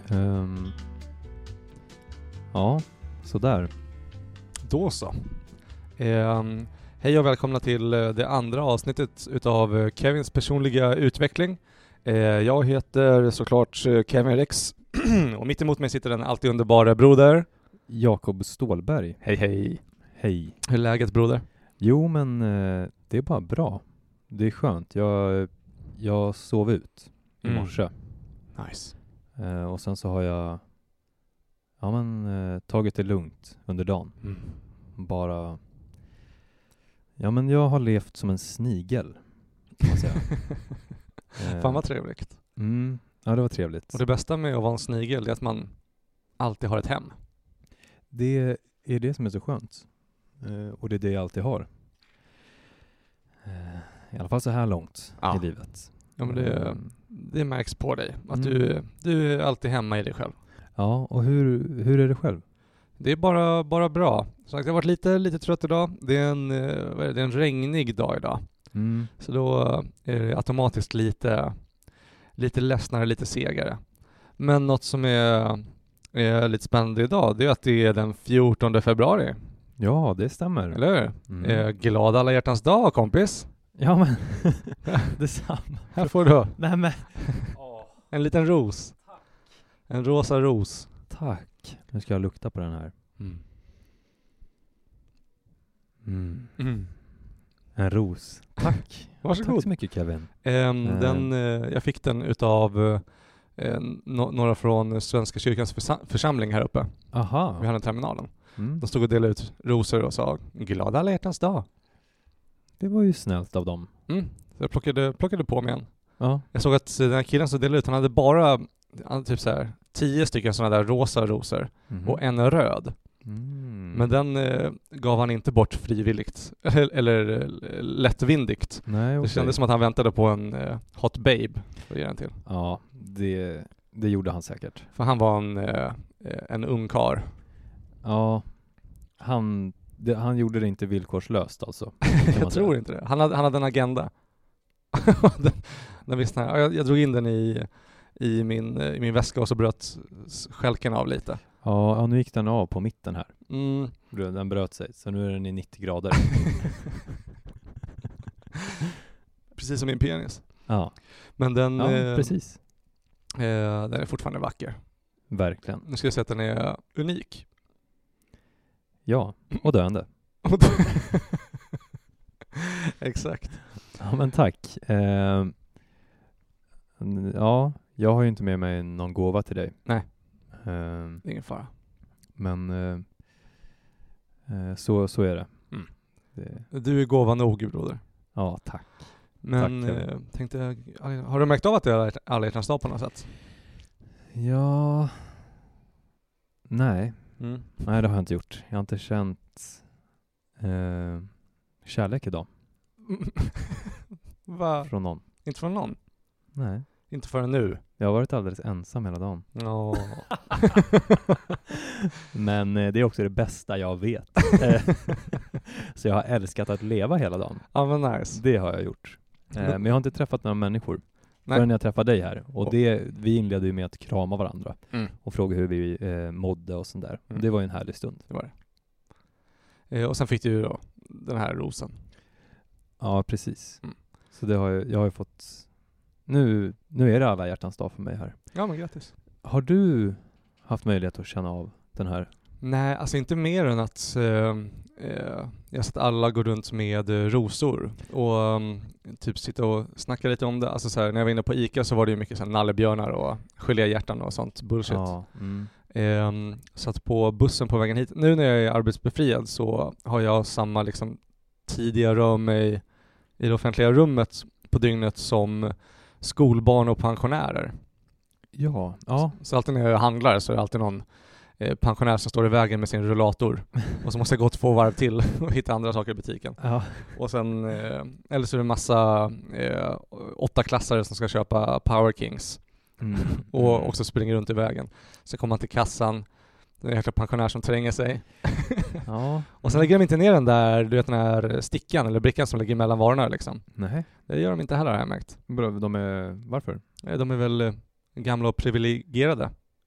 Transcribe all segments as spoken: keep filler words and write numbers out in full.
Um, ja, sådär. Då så. Um, hej och välkomna till uh, det andra avsnittet utav uh, Kevins personliga utveckling. Uh, jag heter såklart uh, Kevin Rex och mitt emot mig sitter den alltid underbara broder Jakob Stålberg. Hej hej. Hej. Hur är läget, broder? Jo, men uh, det är bara bra. Det är skönt. Jag, jag sov ut i Mm. morse. Nice. Uh, och sen så har jag ja, men, uh, tagit det lugnt under dagen. Mm. Bara... Ja, men jag har levt som en snigel, kan man säga. uh, Fan vad trevligt. Mm, ja, det var trevligt. Och det bästa med att vara en snigel är att man alltid har ett hem. Det är det som är så skönt. Uh, och det är det jag alltid har. Uh, I alla fall så här långt Ja. i livet. Ja, men det, Mm. det märks på dig. Att Mm. du, du är alltid hemma i dig själv. Ja, och hur, hur är det själv? Det är bara, bara bra. Som sagt, jag har varit lite, lite trött idag. Det är, en, eh, vad är det? Det är en regnig dag idag. Mm. Så då är det automatiskt lite, lite ledsnare, lite segare. Men något som är, är lite spännande idag, det är att det är den fjortonde februari. Ja, det stämmer. Eller hur? Mm. Eh, glad alla hjärtans dag, kompis. Ja, men detsamma. Här får du Nej, men... en liten ros. En rosa ros. Tack. Nu ska jag lukta på den här. Mm. Mm. Mm. En ros. Tack. Varsågod. Tack så mycket, Kevin. Um, Eh. den, eh, jag fick den utav eh, no- några från Svenska kyrkans försa- församling här uppe. Aha. Vi hade en terminalen. Mm. De stod och delade ut rosor och sa glada alla hjärtans dag. Det var ju snällt av dem. Mm. Så jag plockade, plockade på mig en. Ja. Jag såg att den här killen som delade ut, han hade bara han hade typ så här tio stycken sådana där rosa rosor Mhm. och en röd. Mm. Men den eh, gav han inte bort frivilligt eller, eller eh, lättvindigt. Nej, Det okej. kändes som att han väntade på en eh, hot babe för att ge den till. Ja, det, det gjorde han säkert. För han var en, eh, en ung karl. Ja, han, det, han gjorde det inte villkorslöst alltså. kan man Jag tror säga. inte det. Han hade, han hade en agenda. den, den visste han. Jag, jag drog in den i, i, min, i min väska och så bröt skälken av lite. Ja, ja, nu gick den av på mitten här. Mm. Den bröt sig, så nu är den i nittio grader. Precis som min penis. Ja, Men den, ja eh, precis. eh, den är fortfarande vacker. Verkligen. Nu ska jag säga att den är unik. Ja, och döende. Exakt. Ja, men tack. Eh, ja, jag har ju inte med mig någon gåva till dig. Nej. Eh, Ingen fara. men eh, eh, så, så är det. Mm. det. Du är gåva nog, broder. Ja, tack. Men Tack, eh, tänkte jag, har du märkt av att det är alla hjärtans dag på något sätt? Ja, nej. Mm. Nej, det har jag inte gjort. Jag har inte känt eh, kärlek idag Va? från någon. Inte från någon? Nej. Inte förrän nu? Jag har varit alldeles ensam hela dagen. Ja. Men eh, det är också det bästa jag vet. Eh, Så jag har älskat att leva hela dagen. Ja, men nice. Det har jag gjort. Eh, men jag har inte träffat några människor Nej. förrän jag träffade dig här. Och Oh. det, vi inledde ju med att krama varandra Mm. och fråga hur vi eh, mådde och sånt där. Mm. Och det var ju en härlig stund. Det var det. Eh, och sen fick du ju då den här rosen. Ja, precis. Mm. Så det har jag, jag har ju fått... Nu, nu är det alla hjärtans dag för mig här. Ja, men grattis. Har du haft möjlighet att känna av den här? Nej, alltså inte mer än att eh, eh, jag har sett alla gå runt med eh, rosor och um, typ sitta och snacka lite om det. Alltså så här, när jag var inne på Ica så var det ju mycket så här nallebjörnar och geléhjärtan och sånt bullshit. Ja. Mm. Eh, så att på bussen på vägen hit, nu när jag är arbetsbefriad så har jag samma liksom tidiga rör mig i det offentliga rummet på dygnet som skolbarn och pensionärer. Ja. Ja. Så alltid när jag handlar så är det alltid någon eh, pensionär som står i vägen med sin rullator och så måste jag gå två varv till och hitta andra saker i butiken. Ja. Och sen, eh, eller så är det en massa eh, åtta klassare som ska köpa Power Kings Mm. och också springer runt i vägen. Så kommer man till kassan, det är en jäkla pensionär som tränger sig. Ja. Och sen lägger de inte ner den där, du vet den här stickan eller brickan som ligger mellan varorna liksom. Nej. Det gör de inte heller, har jag märkt. Bra, de är... Varför? Eh, De är väl eh, gamla och privilegierade.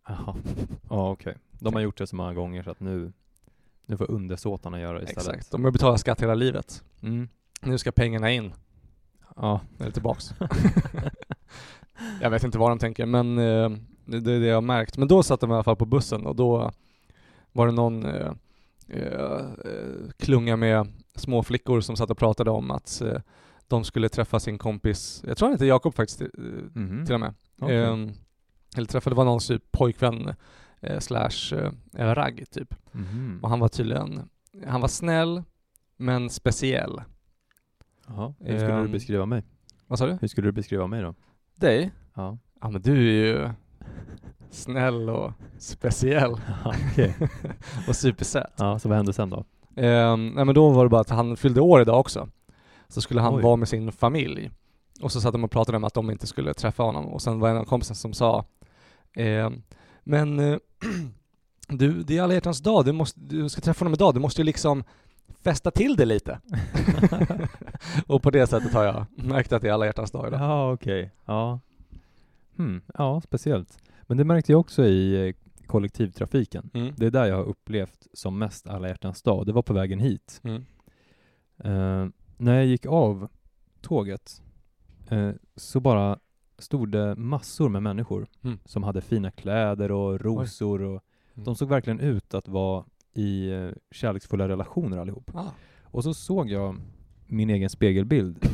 Jaha. Ja, okej. De har gjort det så många gånger så att nu, nu får undersåtarna göra det istället. Exakt. De har betalat skatt hela livet. Mm. Nu ska pengarna in. Ja. Eller tillbaks. Jag vet inte vad de tänker, men eh, det, det är det jag har märkt. Men då satt de i alla fall på bussen och då var det någon eh, eh, klunga med små flickor som satt och pratade om att eh, de skulle träffa sin kompis, jag tror han heter Jakob faktiskt eh, Mhm. till och med. Okej. Eh, eller träffade var någon typ pojkvän eh, slash eh, ragg typ. Mhm. Och han var tydligen, han var snäll men speciell. Jaha. Hur skulle Ehm. du beskriva mig? Vad sa du? Hur skulle du beskriva mig då? Dig? Ja. Ja, men du är ju snäll och speciell. Okej. Och supersöt. Ja, så vad hände sen då? Ehm, nej, men då var det bara att han fyllde år idag också. Så skulle han Oj. vara med sin familj. Och så satt de och pratade om att de inte skulle träffa honom. Och sen var en av kompisarna som sa ehm, men eh, du, det är alla hjärtans dag. Du, måste, du ska träffa honom idag. Du måste ju liksom fästa till det lite. Och på det sättet har jag märkt att det är alla hjärtans dag idag. Ja, okej. Ja. Hmm. Ja, speciellt. Men det märkte jag också i eh, kollektivtrafiken. Mm. Det är där jag har upplevt som mest alla hjärtans dag. Det var på vägen hit. Mm. Eh, när jag gick av tåget eh, så bara stod det massor med människor Mm. som hade fina kläder och rosor. Och Mm. de såg verkligen ut att vara i eh, kärleksfulla relationer allihop. Ah. Och så såg jag min egen spegelbild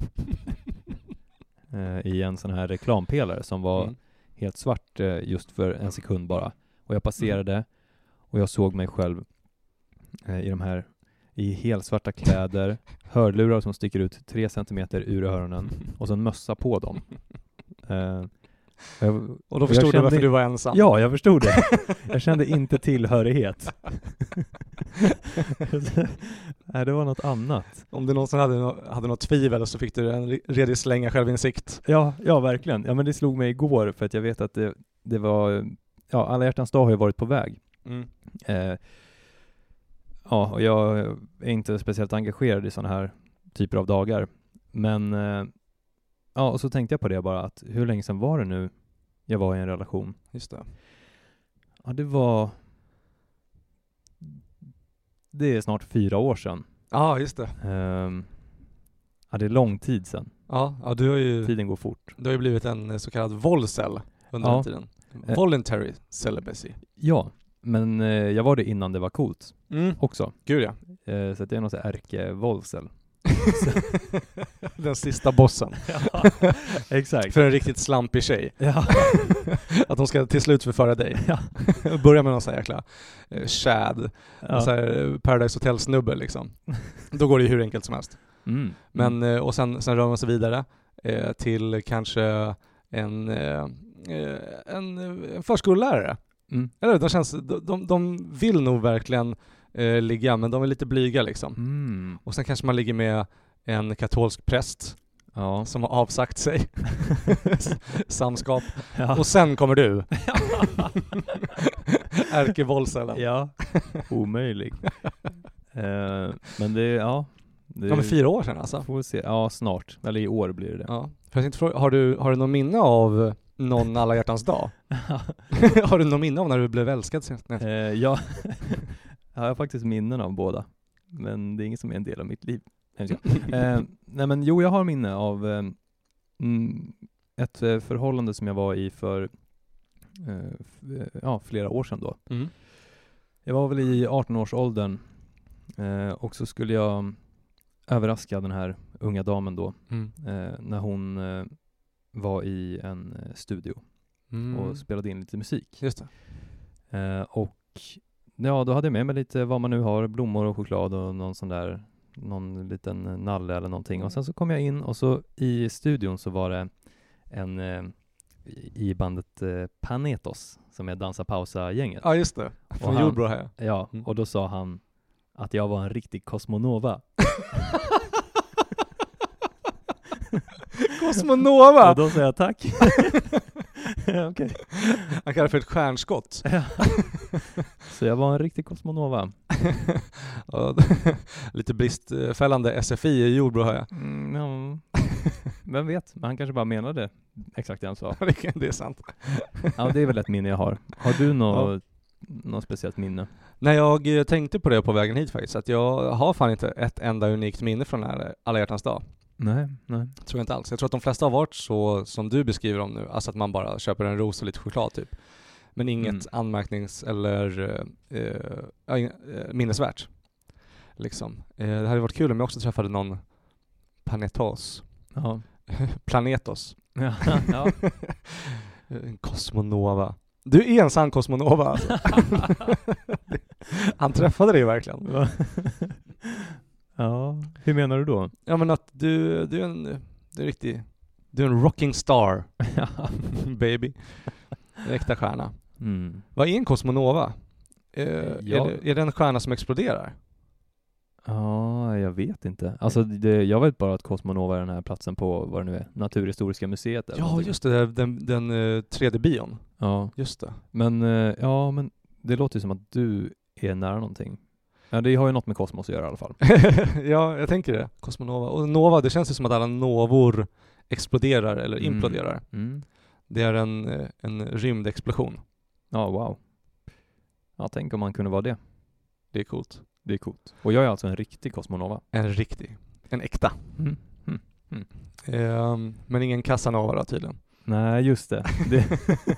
eh, i en sån här reklampelare som var Mm. helt svart eh, just för en sekund bara. Och jag passerade och jag såg mig själv eh, i de här i helt svarta kläder, hörlurar som sticker ut tre centimeter ur öronen och så en mössa på dem. Eh, jag, Och då jag förstod du kände- varför du var ensam. Ja, jag förstod det. Jag kände inte tillhörighet. Nej, det var något annat. Om du någonsin hade, no- hade något tvivel så fick du en re- redig slänga självinsikt. Ja, ja, verkligen. Ja, men det slog mig igår för att jag vet att det, det var, ja, alla hjärtans dag har ju varit på väg. Mm. Eh, ja, och jag är inte speciellt engagerad i sådana här typer av dagar. Men eh, ja, och så tänkte jag på det bara att hur länge sedan var det nu jag var i en relation? Just det. Ja, det var det är snart fyra år sedan. Ja, ah, just det. Ehm, ja, det är lång tid sedan. Ja, ja du har ju Tiden går fort. du har ju blivit en eh, så kallad volcel under Ja. den tiden. Eh. Voluntary celibacy. Ja, men eh, jag var det innan det var coolt Mm. också. Gud ja. Eh, så att det är någon sån här ärkevolsel. Den sista bossen. Ja, exakt. För en riktigt slampig tjej. Ja. Att de ska till slut förföra dig. Ja. Börja med någon sån här jäkla eh, Chad. Ja. Så här eh, Paradise Hotel-snubbe liksom. Då går det ju hur enkelt som helst. Mm. Men, eh, och sen, sen rör man sig vidare eh, till kanske en, eh, eh, en, en förskollärare. Mm. Eller de, känns, de, de, de vill nog verkligen eh, ligga, men de är lite blyga liksom. Mm. Och sen kanske man ligger med en katolsk präst Ja. som har avsagt sig samskap. Ja. Och sen kommer du. Ärkevolselen. Ja. Omöjlig. eh, men det är, ja. Det Ja, men fyra år sedan alltså. får vi se. Ja, snart. Eller i år blir det det. Ja. För jag inte fråga, har du, har du någon minne av någon alla hjärtans dag? Har du någon minne av när du blev älskad senast? eh, ja. Jag har faktiskt minnen av båda. Men det är inget som är en del av mitt liv. Nej, jag ska- eh, nej men jo, jag har minne av eh, mm, ett eh, förhållande som jag var i för eh, f- eh, ja, flera år sedan då. Mm. Jag var väl i arton-årsåldern eh, och så skulle jag överraska den här unga damen då Mm. eh, när hon eh, var i en eh, studio Mm. och spelade in lite musik. Just det. Eh, och ja, då hade jag med mig lite vad man nu har, blommor och choklad och någon sån där, någon liten nalle eller någonting. Och sen så kom jag in och så i studion så var det en eh, i i bandet eh, Panetos som är Dansa Pausa-gänget. Ja, just det. Från han- Jordbro här. Ja, Mm. och då sa han att jag var en riktig kosmonova. Cosmonova! Och då sa jag tack. Okej. Han kallar det för ett stjärnskott. Ja. Så jag var en riktig kosmonova. Ja, lite bristfällande S F I i Jordbro har jag. Mm, ja. Vem vet, men han kanske bara menade exakt det han sa. Det är sant. Ja, det är väl ett minne jag har. Har du något, ja. något speciellt minne? Nej, jag tänkte på det på vägen hit faktiskt. Att jag har fan inte ett enda unikt minne från den här alla hjärtans dag. Nej, nej. Tror jag inte alls. Jag tror att de flesta har varit så som du beskriver dem nu. Alltså att man bara köper en ros och lite choklad typ. Men inget mm. anmärknings- eller äh, äh, minnesvärt. Liksom. Äh, det hade varit kul om jag också träffade någon Planetos. Ja. Planetos. Ja. Ja. En kosmonova. Du är en sann kosmonova alltså. Han träffade dig verkligen. Ja, hur menar du då? Ja, men att du, du är en du är riktig, du är en rocking star. Baby. En äkta stjärna. Mm. Vad är en kosmonova? Eh, ja. är, det, är det en stjärna som exploderar? Ja, jag vet inte. Alltså det, jag vet bara att Cosmonova är den här platsen på, vad det nu är, Naturhistoriska museet. Eller ja, någonting. just det. Den, den uh, tre D-bion. Ja. Just det. Men, uh, ja, men det låter ju som att du är nära någonting. Ja, det har ju något med kosmos att göra i alla fall. Ja, jag tänker det. Cosmonova. Och Nova, det känns ju som att alla novor exploderar eller Mm. imploderar. Mm. Det är en, en rymdexplosion. Ja, wow. Ja, tänk om man kunde vara det. Det är coolt. Det är coolt. Och jag är alltså en riktig Cosmonova. En riktig. En äkta. Mm. Mm. Mm. Um, men ingen Casanova då, tydligen. Nej, just det. Det,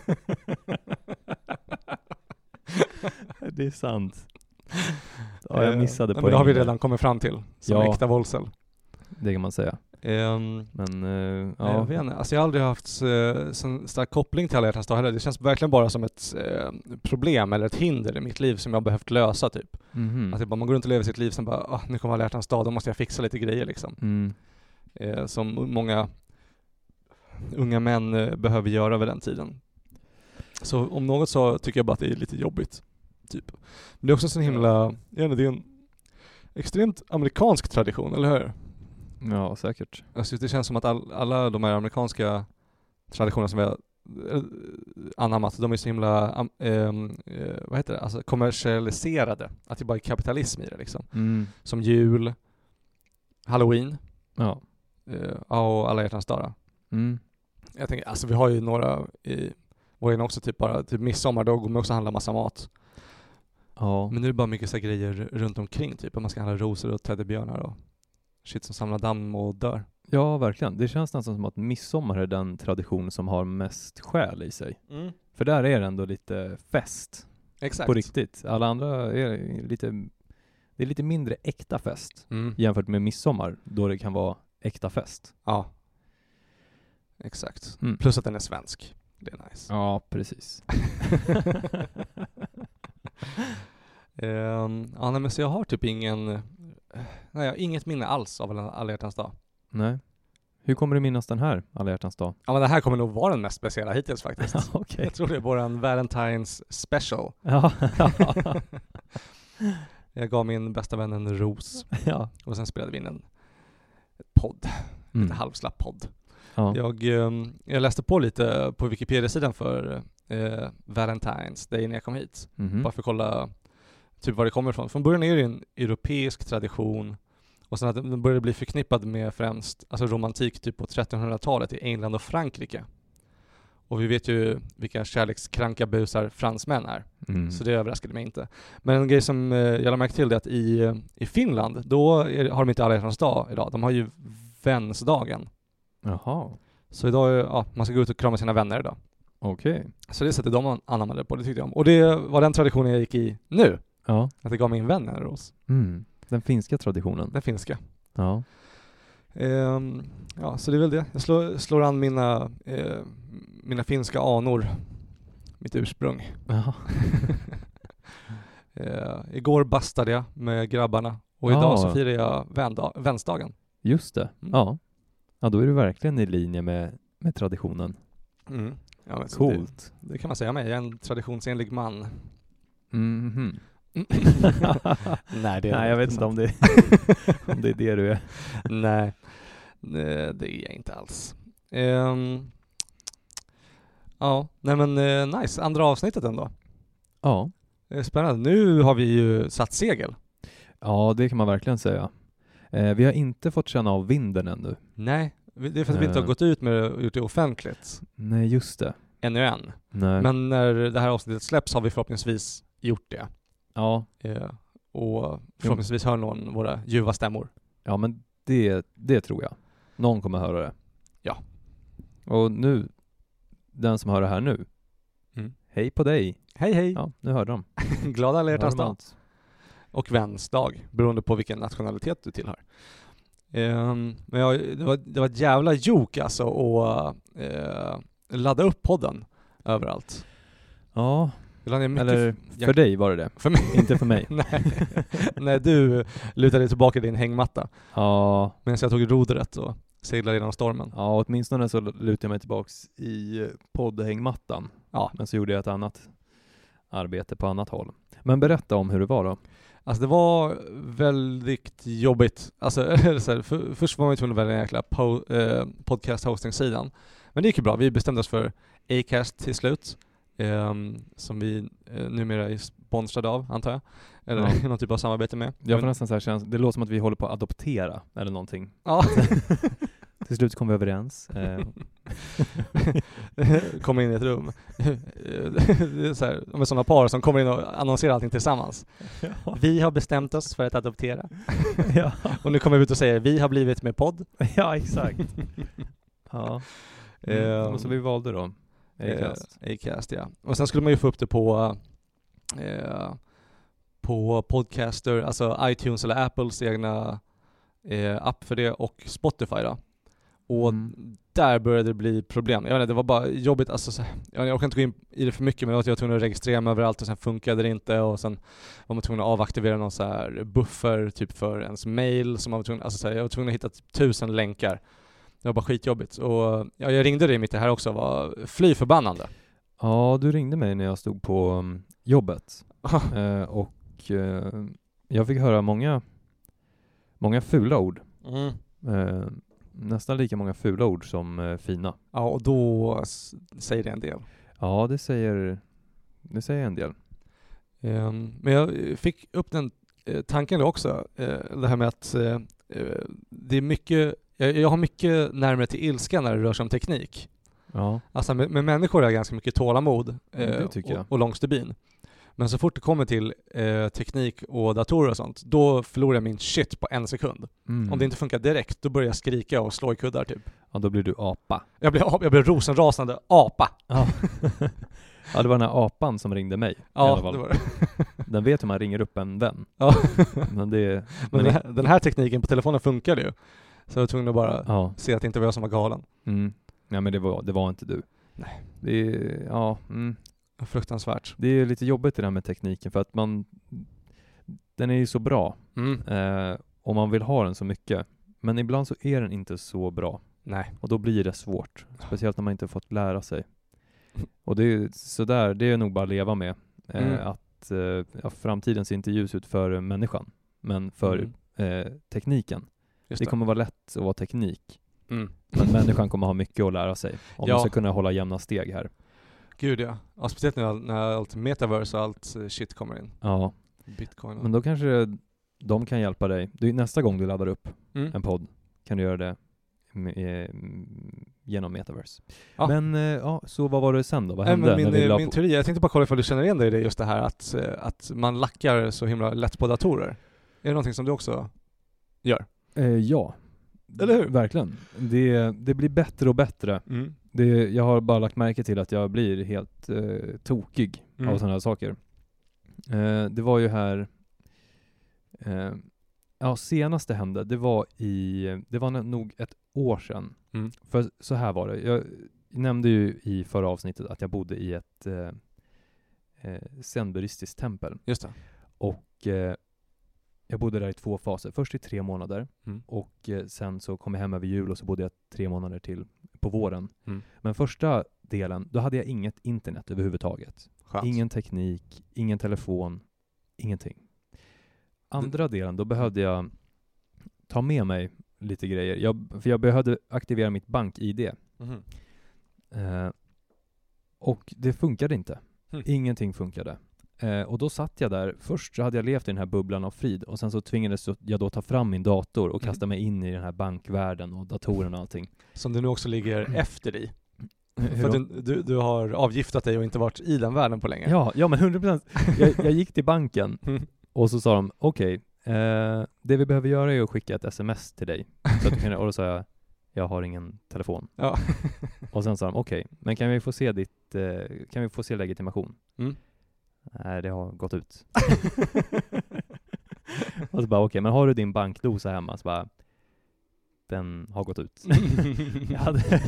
det är sant. Ja, jag missade uh, på. Det har vi redan kommit fram till. Som ja, äkta våldsel. Det kan man säga. Um, men uh, ja. Jag vet inte. Alltså jag har aldrig haft uh, sån stark koppling till alla hjärtans dag heller. Det känns verkligen bara som ett uh, problem eller ett hinder i mitt liv som jag har behövt lösa typ. Mm-hmm. Att det bara, man går runt och lever sitt liv som bara, ah, nu kommer alla hjärtans dag, då måste jag fixa lite grejer liksom. Mm. Uh, som många unga män uh, behöver göra vid den tiden. Så om något så tycker jag bara att det är lite jobbigt. Typ. Men det är också så himla, ja, det är en extremt amerikansk tradition, eller hur? Ja, säkert. Alltså det känns som att all, alla de här amerikanska traditionerna som vi har äh, anammat, de är så himla äh, äh, vad heter det? Alltså kommersialiserade. Att det bara är kapitalism i det liksom. Mm. Som jul, Halloween, ja, äh, och alla hjärtans dag. mm. Jag tänker, alltså vi har ju några i vår egna också, typ bara typ midsommar, då går man också handla massa mat. Ja. Men nu är det bara mycket så grejer runt omkring, typ att man ska handla rosor och teddybjörnar och shit som samlar damm och dör. Ja, verkligen. Det känns nästan som att midsommar är den tradition som har mest själ i sig. Mm. För där är det ändå lite fest. Exakt. På riktigt. Alla andra är lite, det är lite mindre äkta fest Mm. jämfört med midsommar, då det kan vara äkta fest. Ja. Exakt. Mm. Plus att den är svensk. Det är nice. Ja, precis. um, ja, nej, men så jag har typ ingen, nej, jag har inget minne alls av alla hjärtans dag. Nej. Hur kommer du minnas den här alla hjärtans dag? Ja, men det här kommer nog vara den mest speciella hittills faktiskt. Okay. Jag tror det är våran Valentine's special. Ja. Jag gav min bästa vän en ros. Ja. Och sen spelade vi in en podd. Mm. Lite halvslapp podd. Ja. Jag, um, jag läste på lite på Wikipedia-sidan för uh, Valentine's Day när jag kom hit. Mm-hmm. Bara för att kolla typ var det kommer ifrån. Från början är det en europeisk tradition. Och sen att den började bli förknippad med främst alltså romantik typ på trettonhundratalet i England och Frankrike. Och vi vet ju vilka kärlekskranka busar fransmän är. Mm. Så det överraskade mig inte. Men en grej som eh, jag lade märke till är att i, i Finland, då är, har de inte alla hjärtans dag idag. De har ju vänsdagen. Jaha. Så idag, ja, man ska gå ut och krama sina vänner idag. Okej. Okay. Så det sättet de anammade på, det tyckte jag om. Och det var den traditionen jag gick i nu. Ja. Att jag gav min vän en ros. Mm. Den finska traditionen. Den finska. Ja. Um, ja, så det är väl det. Jag slår, slår an mina, eh, mina finska anor. Mitt ursprung. Jaha. uh, igår bastade jag med grabbarna. Och ja. idag så firar jag vända, vänsdagen. Just det. Mm. Ja. Ja, då är du verkligen i linje med, med traditionen. Mm. Ja, men coolt. Det, det kan man säga mig. Jag är en traditionsenlig man. Mhm. Nej, det är Nej, jag vet inte om det, om det är det du är. Nej, det är jag inte alls. Um, ja, nej men uh, nice. Andra avsnittet ändå. Ja. Spännande. Nu har vi ju satt segel. Ja, det kan man verkligen säga. Eh, vi har inte fått känna av vinden ännu. Nej, Det är för att vi inte har Eh. gått ut med det och gjort det offentligt. Nej, just det. Ännu än. Nej. Men när det här avsnittet släpps har vi förhoppningsvis gjort det. Ja, Eh, och förhoppningsvis hör någon våra ljuva stämmor. ja men det, det tror jag. Någon kommer höra det. Ja. Och nu, den som hör det här nu, Mm. hej på dig. Hej hej! Ja, nu hörde de. Glada alla hjärtans Hörde de dag. allt. Och väns dag, beroende på vilken nationalitet du tillhör. Um, men jag, det, var, det var ett jävla jok alltså att uh, ladda upp podden överallt. Ja, Jag laddade mycket eller f- jag- för dig var det det. För mig? Inte för mig. Nej. Nej, du lutade dig tillbaka i din hängmatta Ja, medan jag tog rodret och seglade genom stormen. ja, åtminstone så lutade jag mig tillbaks i eh, poddhängmattan. Ja. Men så gjorde jag ett annat arbete på annat håll. Men berätta om hur det var då. Alltså det var väldigt jobbigt. Alltså, så här, för, först var man ju tvungen att välja en jäkla po- eh, podcast hosting-sidan. Men det gick ju bra. Vi bestämde oss för Acast till slut. Eh, som vi eh, numera är sponsrade av, antar jag. Eller Ja. någon typ av samarbete med. Jag får Men- nästan så här känns, det låter som att vi håller på att adoptera eller någonting. Ja. Till slut kom vi överens. Eh, kommer in i ett rum. Det är så här, de är sådana par som kommer in och annonserar allting tillsammans. ja. Vi har bestämt oss för att adoptera. ja. Och nu kommer vi ut och säger vi har blivit med podd. ja, exakt. Ja. Mm. Ehm, Och så vi valde då Acast. Eh, Acast, ja. Och sen skulle man ju få upp det på eh, på Podcaster, alltså iTunes eller Apples egna eh, app för det och Spotify då. Och Mm. där började det bli problem. Jag vet inte, det var bara jobbigt. Alltså, så, jag, jag orkar inte gå in i det för mycket, men jag var tvungen att registrera mig överallt och sen funkade det inte. Och sen var man tvungen att avaktivera någon så här buffer typ för ens mail. Som man var tvungen, alltså, så här, jag var tvungen att hitta tusen länkar. Det var bara skitjobbigt. Och ja, jag ringde dig mitt i det här också. Var fly förbannande. Ja, du ringde mig när jag stod på um, jobbet. eh, och eh, jag fick höra många, många fula ord. Mm. Eh, nästan lika många fula ord som eh, fina. Ja, och då s- säger det en del. Ja, det säger, det säger en del. Um, men jag fick upp den eh, tanken då också. Eh, det här med att eh, eh, det är mycket, jag, jag har mycket närmare till ilska när det rör sig om teknik. Ja, Alltså med, med människor är jag ganska mycket tålamod eh, det tycker jag. och, och lång stubin. Men så fort det kommer till eh, teknik och datorer och sånt, då förlorar jag min shit på en sekund. mm. Om det inte funkar direkt, då börjar jag skrika och slå i kuddar typ. ja, då blir du apa. Jag blir, jag blir rosenrasande apa. Ja. ja, det var den här apan som ringde mig. I Ja, alla fall. det var det. Den vet hur man ringer upp en vän. Ja. Men det Men men den, här, den här tekniken på telefonen funkade ju. Så jag var tvungen att bara ja. se att det inte var jag som var galen. Mm. Nej, men det var, det var inte du. Nej. Det är, ja, mm. Fruktansvärt. Det är lite jobbigt det där med tekniken för att man, den är ju så bra Mm. eh, och man vill ha den så mycket. Men ibland så är den inte så bra Nej. och då blir det svårt. Speciellt när man inte fått lära sig. Och det är så där, det är nog bara att leva med. Eh, Mm. Att eh, ja, framtiden ser inte ljus ut för människan, men för Mm. eh, tekniken. Just Det kommer vara lätt att vara teknik. Mm. Men människan kommer ha mycket att lära sig om Ja. man ska kunna hålla jämna steg här. Gud ja. ja speciellt när, all- när allt metaverse och alalt eh, shit kommer in. Ja, Bitcoin och... men då kanske de kan hjälpa dig. Du, nästa gång du laddar upp Mm. en podd kan du göra det med, eh, genom metaverse. Ja. Men eh, ja, så vad var det sen då? Vad Nej, hände? men min, när vi eh, la min på- teori, jag tänkte bara kolla ifall du känner igen dig i det, just det här att, eh, att man lackar så himla lätt på datorer. Är det någonting som du också gör? eh, ja, Eller hur? verkligen. Det, det blir bättre och bättre. Mm. Det, jag har bara lagt märke till att jag blir helt eh, tokig Mm. av sådana här saker. Eh, det var ju här... Eh, ja, senast det hände, det var i... Det var nog ett år sedan. Mm. För så här var det. Jag nämnde ju i förra avsnittet att jag bodde i ett eh, eh, zen-buddhistiskt tempel. Just det. Och eh, jag bodde där i två faser. Först i tre månader. Mm. Och eh, sen så kom jag hem över jul och så bodde jag tre månader till på våren. Mm. Men första delen, då hade jag inget internet överhuvudtaget. Skönt. Ingen teknik, ingen telefon, ingenting. Andra delen, då behövde jag ta med mig lite grejer. Jag, för jag behövde aktivera mitt bank-I D. Mhm. Eh, och det funkade inte. Mm. Ingenting funkade. Eh, och då satt jag där. Först så hade jag levt i den här bubblan av frid. Och sen så tvingades jag då ta fram min dator och kasta mig in i den här bankvärlden och datoren och allting. Som du nu också ligger efter i. Hur För då? du, du, du har avgiftat dig och inte varit i den världen på länge. Ja, ja men hundra procent. Jag, jag gick till banken Mm. och så sa de, okej, eh, det vi behöver göra är att skicka ett sms till dig. Så att du kan, och då sa jag, jag har ingen telefon. Ja. Och sen sa de, okej, men kan vi få se ditt, eh, kan vi få se legitimation? Mm. Nej, det har gått ut. Och så bara, okej, men har du din bankdosa hemma? Så bara, den har gått ut. Jag hade...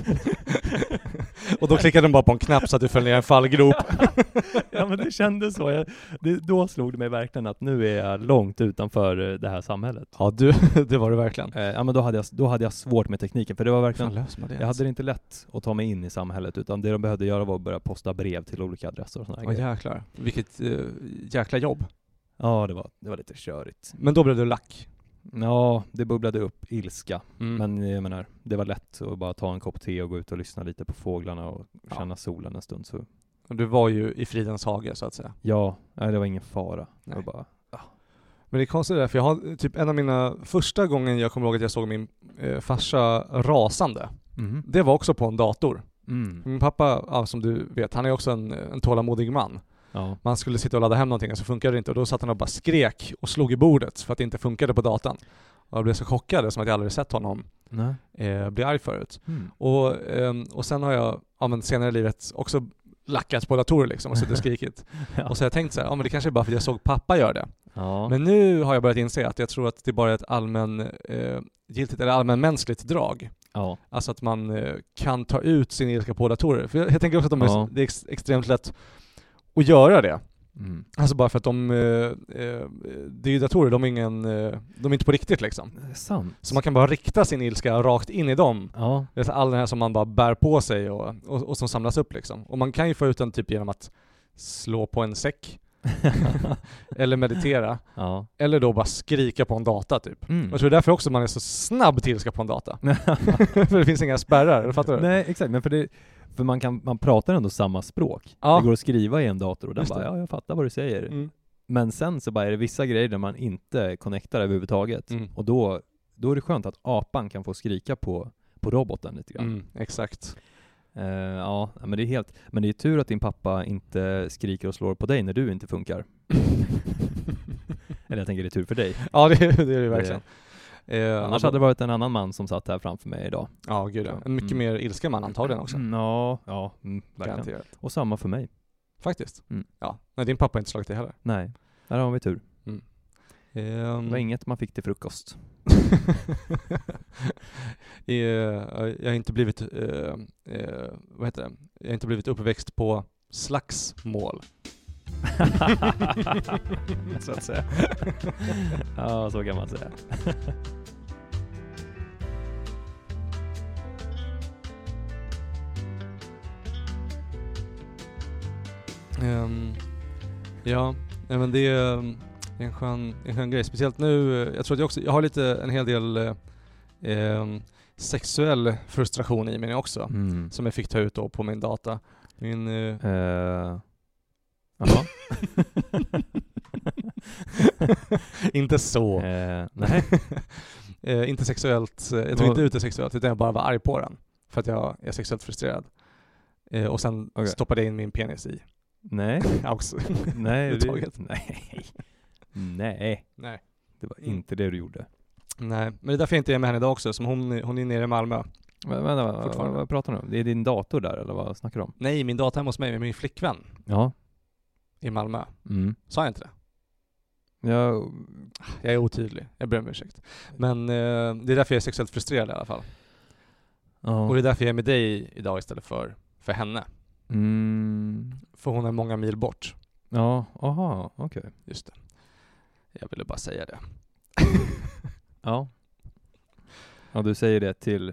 Och då klickade den bara på en knapp så att du föll ner i en fallgrop. Ja, men det kändes så. Jag, det, då slog det mig verkligen att nu är jag långt utanför det här samhället. Ja, du, det var det verkligen. Eh, ja, men då hade, jag, då hade jag svårt med tekniken. För det var verkligen... Fan, löser man det Jag alltså? hade det inte lätt att ta mig in i samhället, utan det de behövde göra var att börja posta brev till olika adresser och sådana Åh grejer. jäklar, vilket uh, jäkla jobb. Ja, det var, det var lite körigt. Men då blev du lack. Ja, det bubblade upp ilska. Mm. Men jag menar, det var lätt att bara ta en kopp te och gå ut och lyssna lite på fåglarna och Ja. känna solen en stund. Så Och du var ju i fridens hage så att säga. ja, nej, det var ingen fara. Det var Nej. bara, Men det är konstigt där, för jag har typ en av mina första gången jag kommer ihåg att jag såg min eh, farsa rasande. mm. Det var också på en dator. Mm. Min pappa, ja, som du vet, han är också en, en tålamodig man. Ja. Man skulle sitta och ladda hem någonting och så funkade det inte. Och då satt han och bara skrek och slog i bordet för att det inte funkade på datan. Och jag blev så chockad som att jag aldrig sett honom Nej. eh, bli arg förut. Mm. Och, ehm, och sen har jag ja, men senare i livet också lackat på datorer liksom och suttit och skrikit. Ja. Och så har jag tänkt så här, ja men det kanske är bara för att jag såg pappa göra det. Ja. Men nu har jag börjat inse att jag tror att det bara är ett allmän eh, giltigt eller allmänmänskligt drag. Ja. Alltså att man eh, kan ta ut sin ilska på datorer. För jag, jag tänker också att de är, Ja. det är ex, extremt lätt att göra det. Mm. Alltså bara för att de, eh, eh, det är ju datorer, de är ingen, eh, de är inte på riktigt liksom. Det är sant. Så man kan bara rikta sin ilska rakt in i dem. Ja. Det är all den här som man bara bär på sig och, och, och som samlas upp liksom. Och man kan ju få ut den typ genom att slå på en säck. Eller meditera. Ja. Eller då bara skrika på en data typ. Mm. Jag tror det är därför också man är så snabb till ilska på en data. För det finns inga spärrar, fattar du? Nej, exakt. Men för, det, för man, kan, man pratar ändå samma språk. Ja. Det går att skriva i en dator och den Just bara, det. ja, jag fattar vad du säger. Mm. Men sen så bara är det vissa grejer där man inte connectar överhuvudtaget. Mm. Och då, då är det skönt att apan kan få skrika på, på roboten lite grann. Mm, exakt. Eh, ja, men det är helt... Men det är tur att din pappa inte skriker och slår på dig när du inte funkar. Eller jag tänker det är tur för dig. Ja, det, det är det verkligen. Eh, Annars hade det varit en annan man som satt här framför mig idag. Ja, gud ja. En mycket Mm. mer ilska man antagligen också. Mm, ja, ja, mm, verkligen. Garanterat. Och samma för mig. Faktiskt. Mm. Ja. Nej, din pappa har inte slagit dig heller. Nej, där har vi tur. Mm. Det var inget man fick till frukost. Eh, jag har inte blivit eh, eh, vad heter det? Jag har inte blivit uppväxt på slagsmål. Så att säga. Ja, så kan man säga. Um, ja, nej, men det är um, en skön, en skön grej. Speciellt nu, eh, jag tror att jag också, jag har lite en hel del eh, um, sexuell frustration i mig också. Mm. Som jag fick ta ut då på min data. Min... Uh, Uh, jaha. inte så. Uh, nej. uh, inte sexuellt, uh, jag tog Vad- inte ut det sexuellt utan jag bara var arg på den. För att jag är sexuellt frustrerad. Uh, och sen Okej. stoppade jag in min penis i. Nej. Också. Nej. Överhuvudtaget. Det, nej. Nej. Nej. Det var Mm. inte det du gjorde. Nej, men det är därför jag inte är med henne idag också. Som hon, hon är nere i Malmö. Men, vänta, vad, vad, Fortfarande. vad pratar du om? Det är din dator där, eller vad snackar du om? Nej, min data hemma hos mig med min flickvän Ja. i Malmö. Mm. Sa jag inte det? Jag, Jag är otydlig. Jag ber om ursäkt. Men eh, det är därför jag är sexuellt frustrerad i alla fall. ja. Och det är därför jag är med dig idag istället för, för henne. Mm. För hon är många mil bort. Ja, aha, okej. Just det. Jag ville bara säga det. Ja. Ja, du säger det till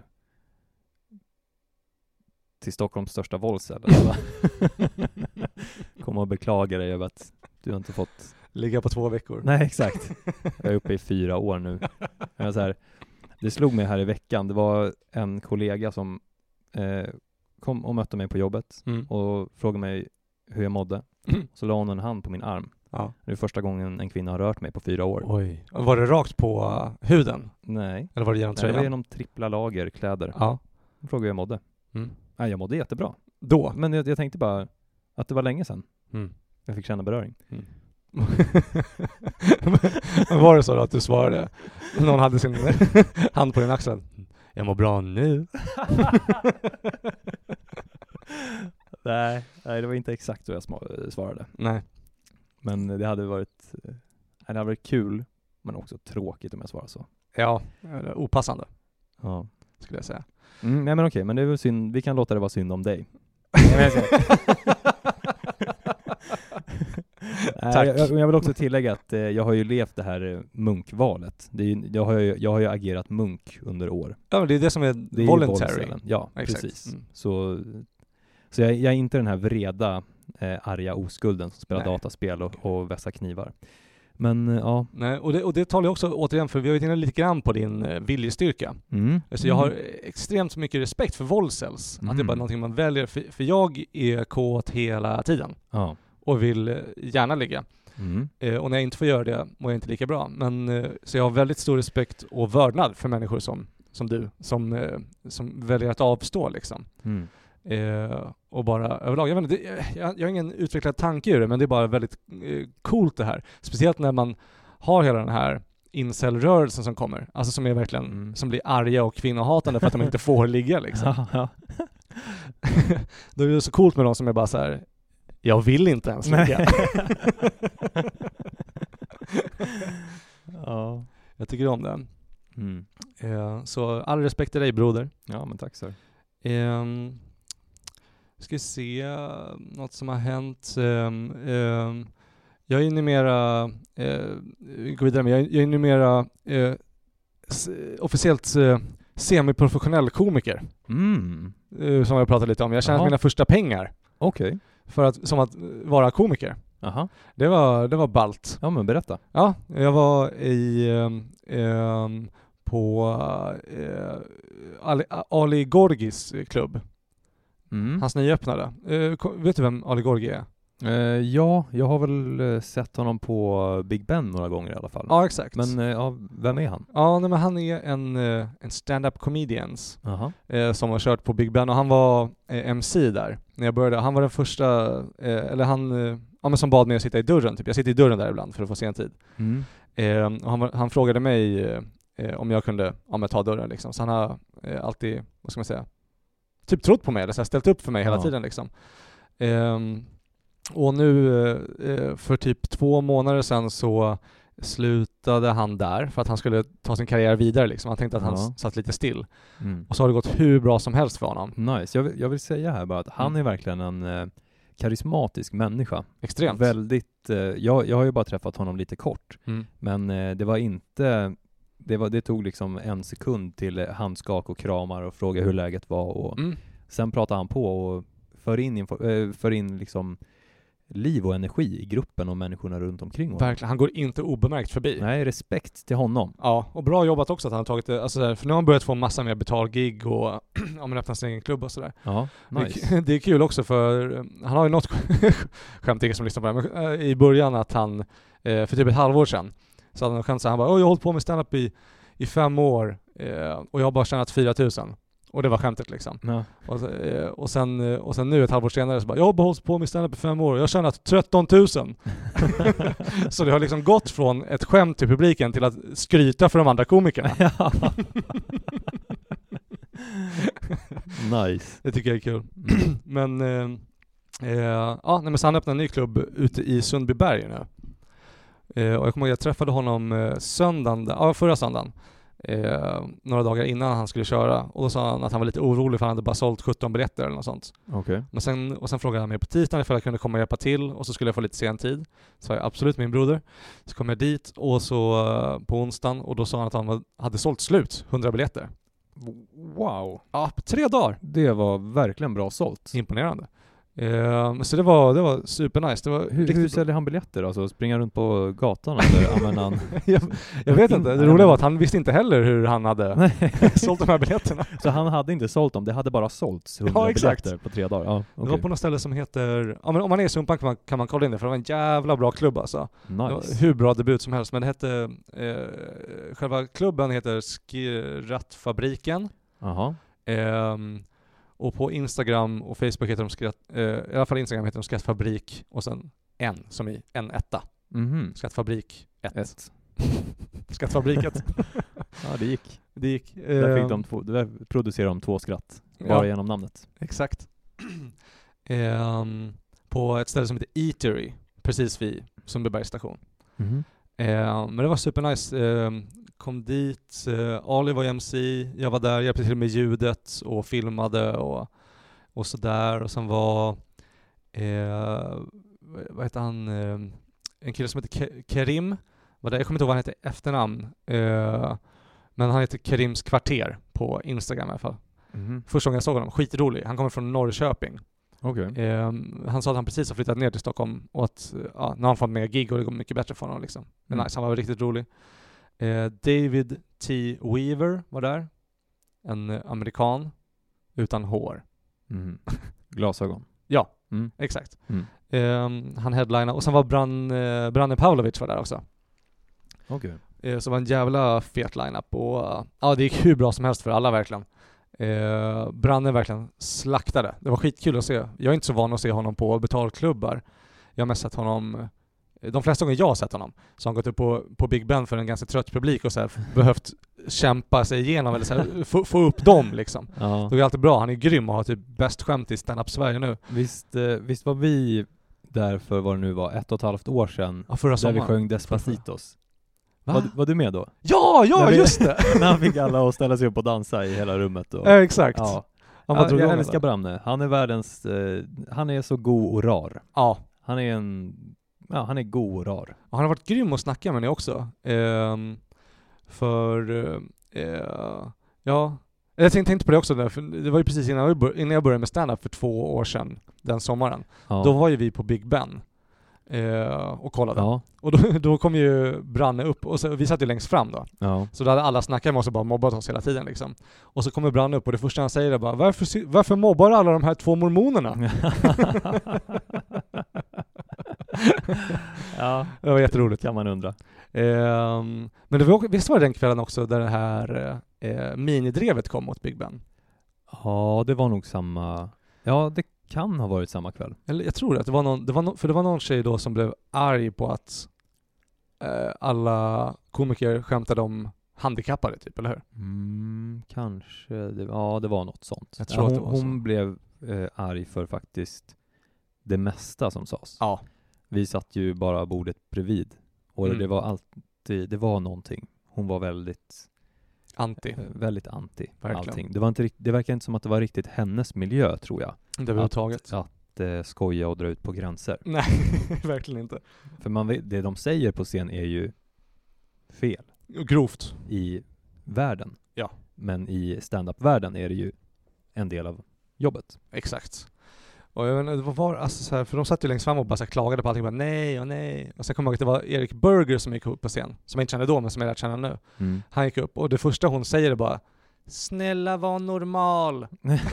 till Stockholms största våldscell, eller va? Kom och beklaga dig över att du har inte fått... Ligga på två veckor. Nej, exakt. Jag är uppe i fyra år nu. Jag är så här, det slog mig här i veckan. Det var en kollega som eh, kom och mötte mig på jobbet Mm. och frågade mig hur jag mådde. Så la hon en hand på min arm. Ja. Det är första gången en kvinna har rört mig på fyra år. Oj. Var det rakt på uh, huden? Nej. Eller var det genom Nej, tröjan? det var genom trippla lager kläder. Ja. Då frågade jag hur jag mådde. Mm. Nej, jag mådde jättebra. Då? Men jag, jag tänkte bara att det var länge sedan. Mm. Jag fick känna beröring. Mm. Men var det så då att du svarade? Någon hade sin hand på din axel. Jag mår bra nu. nej, nej, det var inte exakt så jag svarade. Nej. Men det hade varit det hade varit kul, men också tråkigt om jag svarade så. Ja, opassande. Ja, skulle jag säga. Mm, nej men okej, men det är väl synd. Vi kan låta det vara synd om dig. Tack. Jag, jag vill också tillägga att eh, jag har ju levt det här eh, munkvalet. Det är ju, jag, har ju, jag har ju agerat munk under år. Ja, men det är det som är, det är voluntary. Ja, exakt. Precis. Mm. Så, så jag, jag är inte den här vreda, eh, arga oskulden som spelar Nej. dataspel och, och vässar knivar. Men eh, ja. Nej, och det, och det talar jag också återigen, för vi har ju tittat lite grann på din eh, viljestyrka. Mm. Alltså jag har extremt mycket respekt för våldcells. Mm. Att det är bara någonting man väljer. För, för jag är kåt hela tiden. Ja. Och vill eh, gärna ligga. Mm. Eh, och när jag inte får göra det mår jag inte lika bra. Men, eh, så jag har väldigt stor respekt och vördnad för människor som, som du. Som, eh, som väljer att avstå liksom. Mm. Eh, och bara överlag. Jag, vet inte, det, jag, jag har ingen utvecklad tanke ur det, men det är bara väldigt eh, coolt det här. Speciellt när man har hela den här incel-rörelsen som kommer. Alltså som är verkligen, Mm. som blir arga och kvinnohatande för att de inte får ligga liksom. Ja, ja. Då är det så coolt med de som är bara så här: jag vill inte ens ligga. Ja. Jag tycker om det. Mm. Eh, så all respekt till dig, broder. Ja, men tack så. Eh, ska se något som har hänt. Eh, eh, jag är numera, eh, vi går vidare med, jag, jag är numera eh, s- officiellt eh, semiprofessionell komiker. Mm. Eh, som jag pratade lite om. Jag tjänade Jaha. mina första pengar Okej. för att, som att vara komiker. Aha. Det var, det var ballt. Ja, men berätta. Ja, jag var i eh, eh, på eh, Ali, Ali Gorgis klubb. Mm. Hans nyöppnade. Eh, ko- vet du vem Ali Gorgi är? Eh, ja, jag har väl eh, sett honom på Big Ben några gånger i alla fall. Ja, exakt. Men eh, ja, vem är han? ja, nej, men han är en, eh, en stand-up comedians Aha. eh, som har kört på Big Ben, och han var eh, M C där när jag började. Han var den första, eh, eller han, eh, ja, men som bad mig att sitta i dörren. Typ. Jag sitter i dörren där ibland för att få se en tid. Mm. Eh, och han, var, han frågade mig eh, eh, om jag kunde ja, men ta dörren liksom. Så han har eh, alltid, vad ska man säga, typ trott på mig, eller så här, ställt upp för mig hela Ja. tiden liksom. Eh, och nu eh, för typ två månader sedan så slutade han där för att han skulle ta sin karriär vidare liksom. Han tänkte att han Ja. s- satt lite still. Mm. Och så har det gått hur bra som helst för honom. Nice. Jag vill, jag vill säga här bara att han Mm. är verkligen en eh, karismatisk människa. Extremt. Väldigt, eh, jag, jag har ju bara träffat honom lite kort, Mm. men eh, det var inte, det, var, det tog liksom en sekund till eh, handskak och kramar och fråga hur läget var, och Mm. sen pratade han på och för in, info, eh, för in liksom liv och energi i gruppen och människorna runt omkring honom. Verkligen. Han går inte obemärkt förbi. Nej, respekt till honom. Ja, och bra jobbat också att han har tagit det, alltså, för nu har han börjat få massa mer betalgig och ja, men öppna sin egen klubb och sådär. Ja, nice. Det, det är kul också, för eh, han har ju något skämt, ingen som lyssnar på det, men eh, i början att han, eh, för typ ett halvår sedan, så hade han skämt så här, han bara, åh, jag har hållit på med stand-up i, i fem år eh, och jag har bara tjänat fyra tusen. Och det var skämtet liksom. Ja. Och, så, eh, och, sen, eh, och sen nu ett halvår senare så bara, jag har bara hållit på med stand-up i fem år och jag har tjänat tretton tusen. Så det har liksom gått från ett skämt till publiken till att skryta för de andra komikerna. Ja. Nice. Det tycker jag är kul. Men eh, eh, ja, nej, men så han öppnade en ny klubb ute i Sundbyberg nu. Eh, och jag kommer ihåg att jag träffade honom eh, söndagen, ja, förra söndagen. Eh, några dagar innan han skulle köra. Och då sa han att han var lite orolig för han hade bara sålt sjutton biljetter eller något sånt. Okej. Men sen, och sen frågade han mig på tisdagen ifall jag kunde komma och hjälpa till, och så skulle jag få lite sen tid. Så jag absolut, min broder. Så kom jag dit, och så eh, på onsdagen, och då sa han att han var, hade sålt slut hundra biljetter. Wow. Ja, på tre dagar. Det var verkligen bra sålt. Imponerande. Eh, så det var, det var supernice. Det var Hur, hur säljer han biljetter? Alltså springer runt på gatan eller använder han... jag, jag vet inte. Det roliga var att han visste inte heller hur han hade sålt de här biljetterna. Så han hade inte sålt dem, det hade bara sålts hundra Ja, exakt. biljetter på tre dagar. Ja, Det okay. var på något ställe som heter, ja, men om man är i Sumpan kan man, kan man kolla in det, för det var en jävla bra klubb alltså. Nice. Hur bra debut som helst, men det hette, eh, själva klubben heter Skrattfabriken. Jaha. Eh, och på Instagram och Facebook heter de skratt, eh, i alla fall Instagram heter de Skrattfabrik och sen en som i en etta. Mhm. Skrattfabrik ett. Ett. Skrattfabriket. Ja, det gick. Det gick. Där Eh, fick de två, där producerade de två skratt. Bara ja. genom namnet. Exakt. Ehm, på ett ställe som heter Eatery, precis vid Sundbybergs station. Mhm. Ehm, men det var supernice. Ehm, kom dit, uh, Ali var M C, jag var där, hjälpte till med ljudet och filmade och, och sådär. Och sen var, eh, vad heter han, eh, en kille som heter Ke- Kerim, var där. Jag kommer inte ihåg vad han heter i efternamn. Eh, men han heter Kerims kvarter på Instagram i alla fall. Mhm. Första gången jag såg honom, skitrolig. Han kommer från Norrköping. Okej. Eh, han sa att han precis har flyttat ner till Stockholm och att ja, när han fått med gig och det går mycket bättre för honom liksom. Men Mm. nice, han var riktigt rolig. Eh, David T. Weaver var där. En eh, amerikan utan hår. Mhm. Glasögon. Ja, Mm. exakt. Mm. Eh, han headlinade och sen var Bran, eh, Branne Pavlovic var där också. Okej. Eh, så det var en jävla fet line-up och uh, ja, det gick hur bra som helst för alla verkligen. Eh, Branne verkligen slaktade. Det var skitkul att se. Jag är inte så van att se honom på betalklubbar. Jag har mest sett honom, de flesta gånger jag har sett honom, så har han gått upp på, på Big Ben för en ganska trött publik och så här, behövt kämpa sig igenom eller så här, få, få upp dem liksom. Ja. Det är alltid bra. Han är grym och har typ bäst skämt i stand-up Sverige nu. Visst, eh, visst var vi där för vad det nu var, ett och ett halvt år sedan, Ja, förra där vi sommaren. sjöng Despacitos. Va? Var, var du med då? Ja, ja, När vi- just det! När han fick alla att ställa sig upp och dansa i hela rummet. Och, Ja, exakt. ja. Han bara Ja, drog jag igång älskar alla. Branne. Han är världens, eh, han är så god och rar. Ja. Han är en, ja han är god och rar. Och han har varit grym att snacka med mig också. Ehm, för, eh, ja, jag tänkte, tänkte på det också där, för det var ju precis innan jag, bör, innan jag började med stand-up för två år sedan, den sommaren. Ja. Då var ju vi på Big Ben eh, och kollade. Ja, Och då, då kom ju Branne upp, och så, vi satt ju längst fram då. ja. Så då hade alla snackat med oss och bara mobbat oss hela tiden liksom. Och så kommer Branne upp och det första han säger är bara, varför, sy- varför mobbar alla de här två mormonerna? Ja, Det var jätteroligt. kan man undra. Ehm, men det var, också- visst var det den kvällen också där det här eh, minidrevet kom mot Big Ben? Ja, det var nog samma, ja det kan ha varit samma kväll. Eller jag tror att det var någon, det var no, för det var någon tjej då som blev arg på att eh, alla komiker skämtade om handikappade typ, eller hur? Mm, kanske, det, ja det var något sånt. Jag tror ja, att hon det var så. hon blev eh, arg för faktiskt det mesta som sades. Ja. Vi satt ju bara bordet bredvid. Och Mm. det var alltid, det var någonting. Hon var väldigt, Anti. eh, väldigt anti Verkligen. allting. Det var inte rikt- det verkar inte som att det var riktigt hennes miljö, tror jag. Inte överhuvudtaget. Att eh, skoja och dra ut på gränser. Nej, verkligen inte. För man vet, det de säger på scen är ju fel Grovt. i världen. Ja. Men i stand-up-världen är det ju en del av jobbet. Exakt. Och jag vet inte, vad var alltså så här, för de satt ju längst fram och bara så här klagade på allting, bara nej och nej. Och sen kom jag ihåg att det var Erik Berger som gick upp på scen, som jag inte kände då men som jag lärt känna nu. Mm. Han gick upp och det första hon säger är bara, snälla var normal.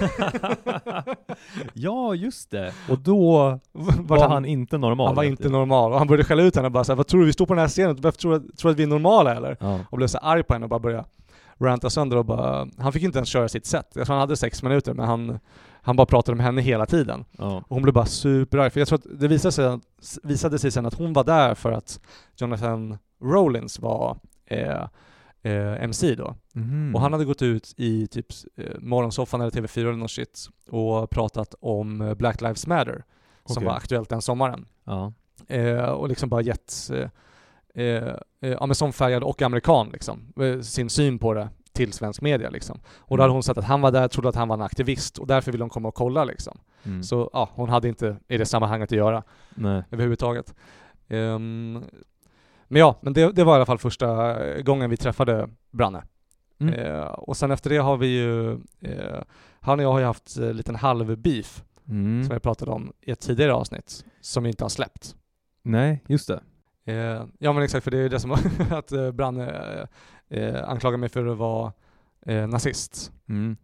Ja, just det. Och då Vart var han inte normal. han var vet inte du. normal och han började skälla ut henne bara så här, vad tror du, vi står på den här scenen, varför tror du, tror du att vi är normala eller? Ja. Och blev så arg på henne och bara började ranta sönder och bara, han fick inte ens köra sitt set. Jag tror han hade sex minuter men han, han bara pratade med henne hela tiden. Ja. Och hon blev bara superarg, för jag tror att det visade sig, visade sig sen att hon var där för att Jonathan Rollins var eh, eh, M C då. Mhm. Och han hade gått ut i typ eh, Morgonsoffan eller T V fyra eller något shit och pratat om eh, Black Lives Matter som Okej. var aktuellt den sommaren. Ja. Eh, och liksom bara gett eh, eh, ja, men som färgad och amerikan liksom, eh, sin syn på det till svensk media liksom. Och då hade hon sagt att han var där, trodde att han var en aktivist och därför ville hon komma och kolla liksom. Mm. Så ja, hon hade inte i det sammanhanget att göra Nej. överhuvudtaget. Um, men ja, men det, det var i alla fall första gången vi träffade Branne. Mm. Eh, och sen efter det har vi ju, eh, han och jag har ju haft en liten halv beef Mm. som jag pratade om i ett tidigare avsnitt som vi inte har släppt. Nej, just det. Eh, ja men exakt, för det är ju det som att eh, Branne eh, eh, anklagar mig för att vara eh, nazist. Mm.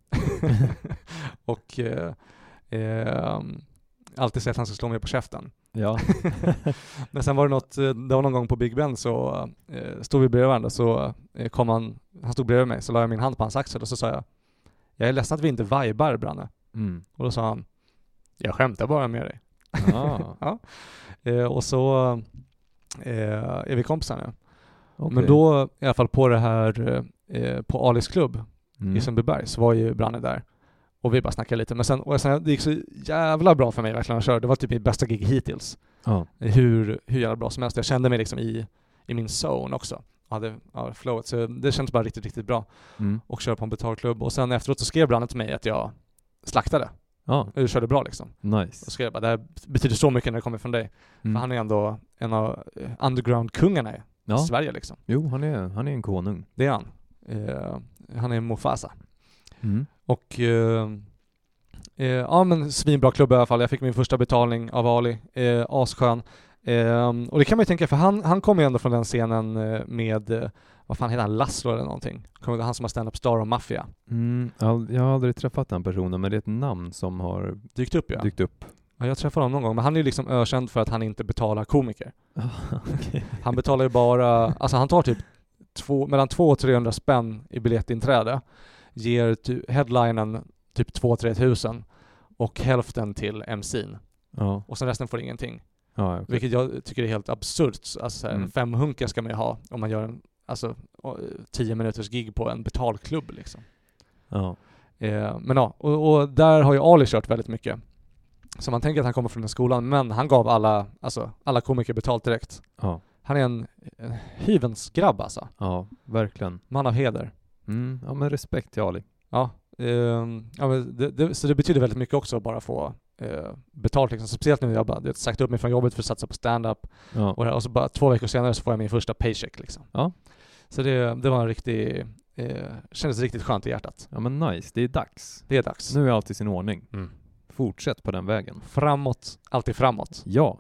och eh, eh, alltid säger att han ska slå mig på käften. Ja. Men sen var det något, det var någon gång på Big Ben så eh, stod vi bredvid varandra, så eh, kom han, han stod bredvid mig, så la jag min hand på hans axel och så sa jag, jag är ledsen att vi inte vibar, Branne. Mm. Och då sa han, jag skämtar bara med dig. Ah. ja. eh, och så eh, är vi kompisar nu. Okay. Men då, i alla fall på det här, eh, på Alis klubb mm. i Sundbyberg, så var ju Branne där. Och vi bara snackade lite. Men sen, och sen det gick så jävla bra för mig verkligen att köra. Det var typ mitt bästa gig hittills. Ja. Hur, hur jävla bra som helst. Jag kände mig liksom i, i min zone också. Och hade ja, flowet. Så det kändes bara riktigt, riktigt bra. Mm. Och köra på en betalklubb. Och sen efteråt så skrev Branne till mig att jag slaktade. Ja. Och jag körde bra liksom. Nice. Och skrev jag bara, det här betyder så mycket när det kommer från dig. Mm. För han är ändå en av underground-kungarna i Ja. Sverige liksom. Jo, han är, han är en konung. Det är han. Eh, han är Mufasa. Mm. Och eh, eh, ja men svinbra klubb i alla fall. Jag fick min första betalning av Ali. Eh, asskön. Eh, och det kan man ju tänka, för han, han kommer ju ändå från den scenen eh, med, eh, vad fan heter han, Laszlo eller någonting. Kommer han som har stand-up star och Mafia. Mm. All, jag har aldrig träffat den personen, men det är ett namn som har Dykt upp ja. dykt upp. Ja, jag träffade honom någon gång, men han är ju liksom ökänd för att han inte betalar komiker. Okay. Han betalar ju bara, alltså han tar typ två, mellan två och trehundra spänn i biljettinträde. Ger ty, headlinen typ två till tre tusen och hälften till M C:n. Ja. Och sen resten får ingenting. Ja, okay. Vilket jag tycker är helt absurt. Alltså så här, Mm. fem hunka ska man ju ha om man gör en alltså, tio minuters gig på en betalklubb liksom. Ja. Eh, men ja, och, och där har ju Ali kört väldigt mycket. Så man tänker att han kommer från den skolan, men han gav alla, alltså, alla komiker betalt direkt. Ja. Han är en, en hyvens grabb alltså. Ja, verkligen. Man av heder. Mm. Ja, men respekt till Ali. Ja, eh, ja men det, det, så det betyder väldigt mycket också att bara få eh, betalt liksom. Speciellt nu när jag bara jag sagt upp mig från jobbet för att satsa på stand-up. Ja. Och, och så bara två veckor senare så får jag min första paycheck liksom. Ja. Så det, det var en riktig, eh, kändes riktigt skönt i hjärtat. Ja, men nice. Det är dags. Det är dags. Nu är allt i sin ordning. Mm. Fortsätt på den vägen. Framåt, alltid framåt. Ja.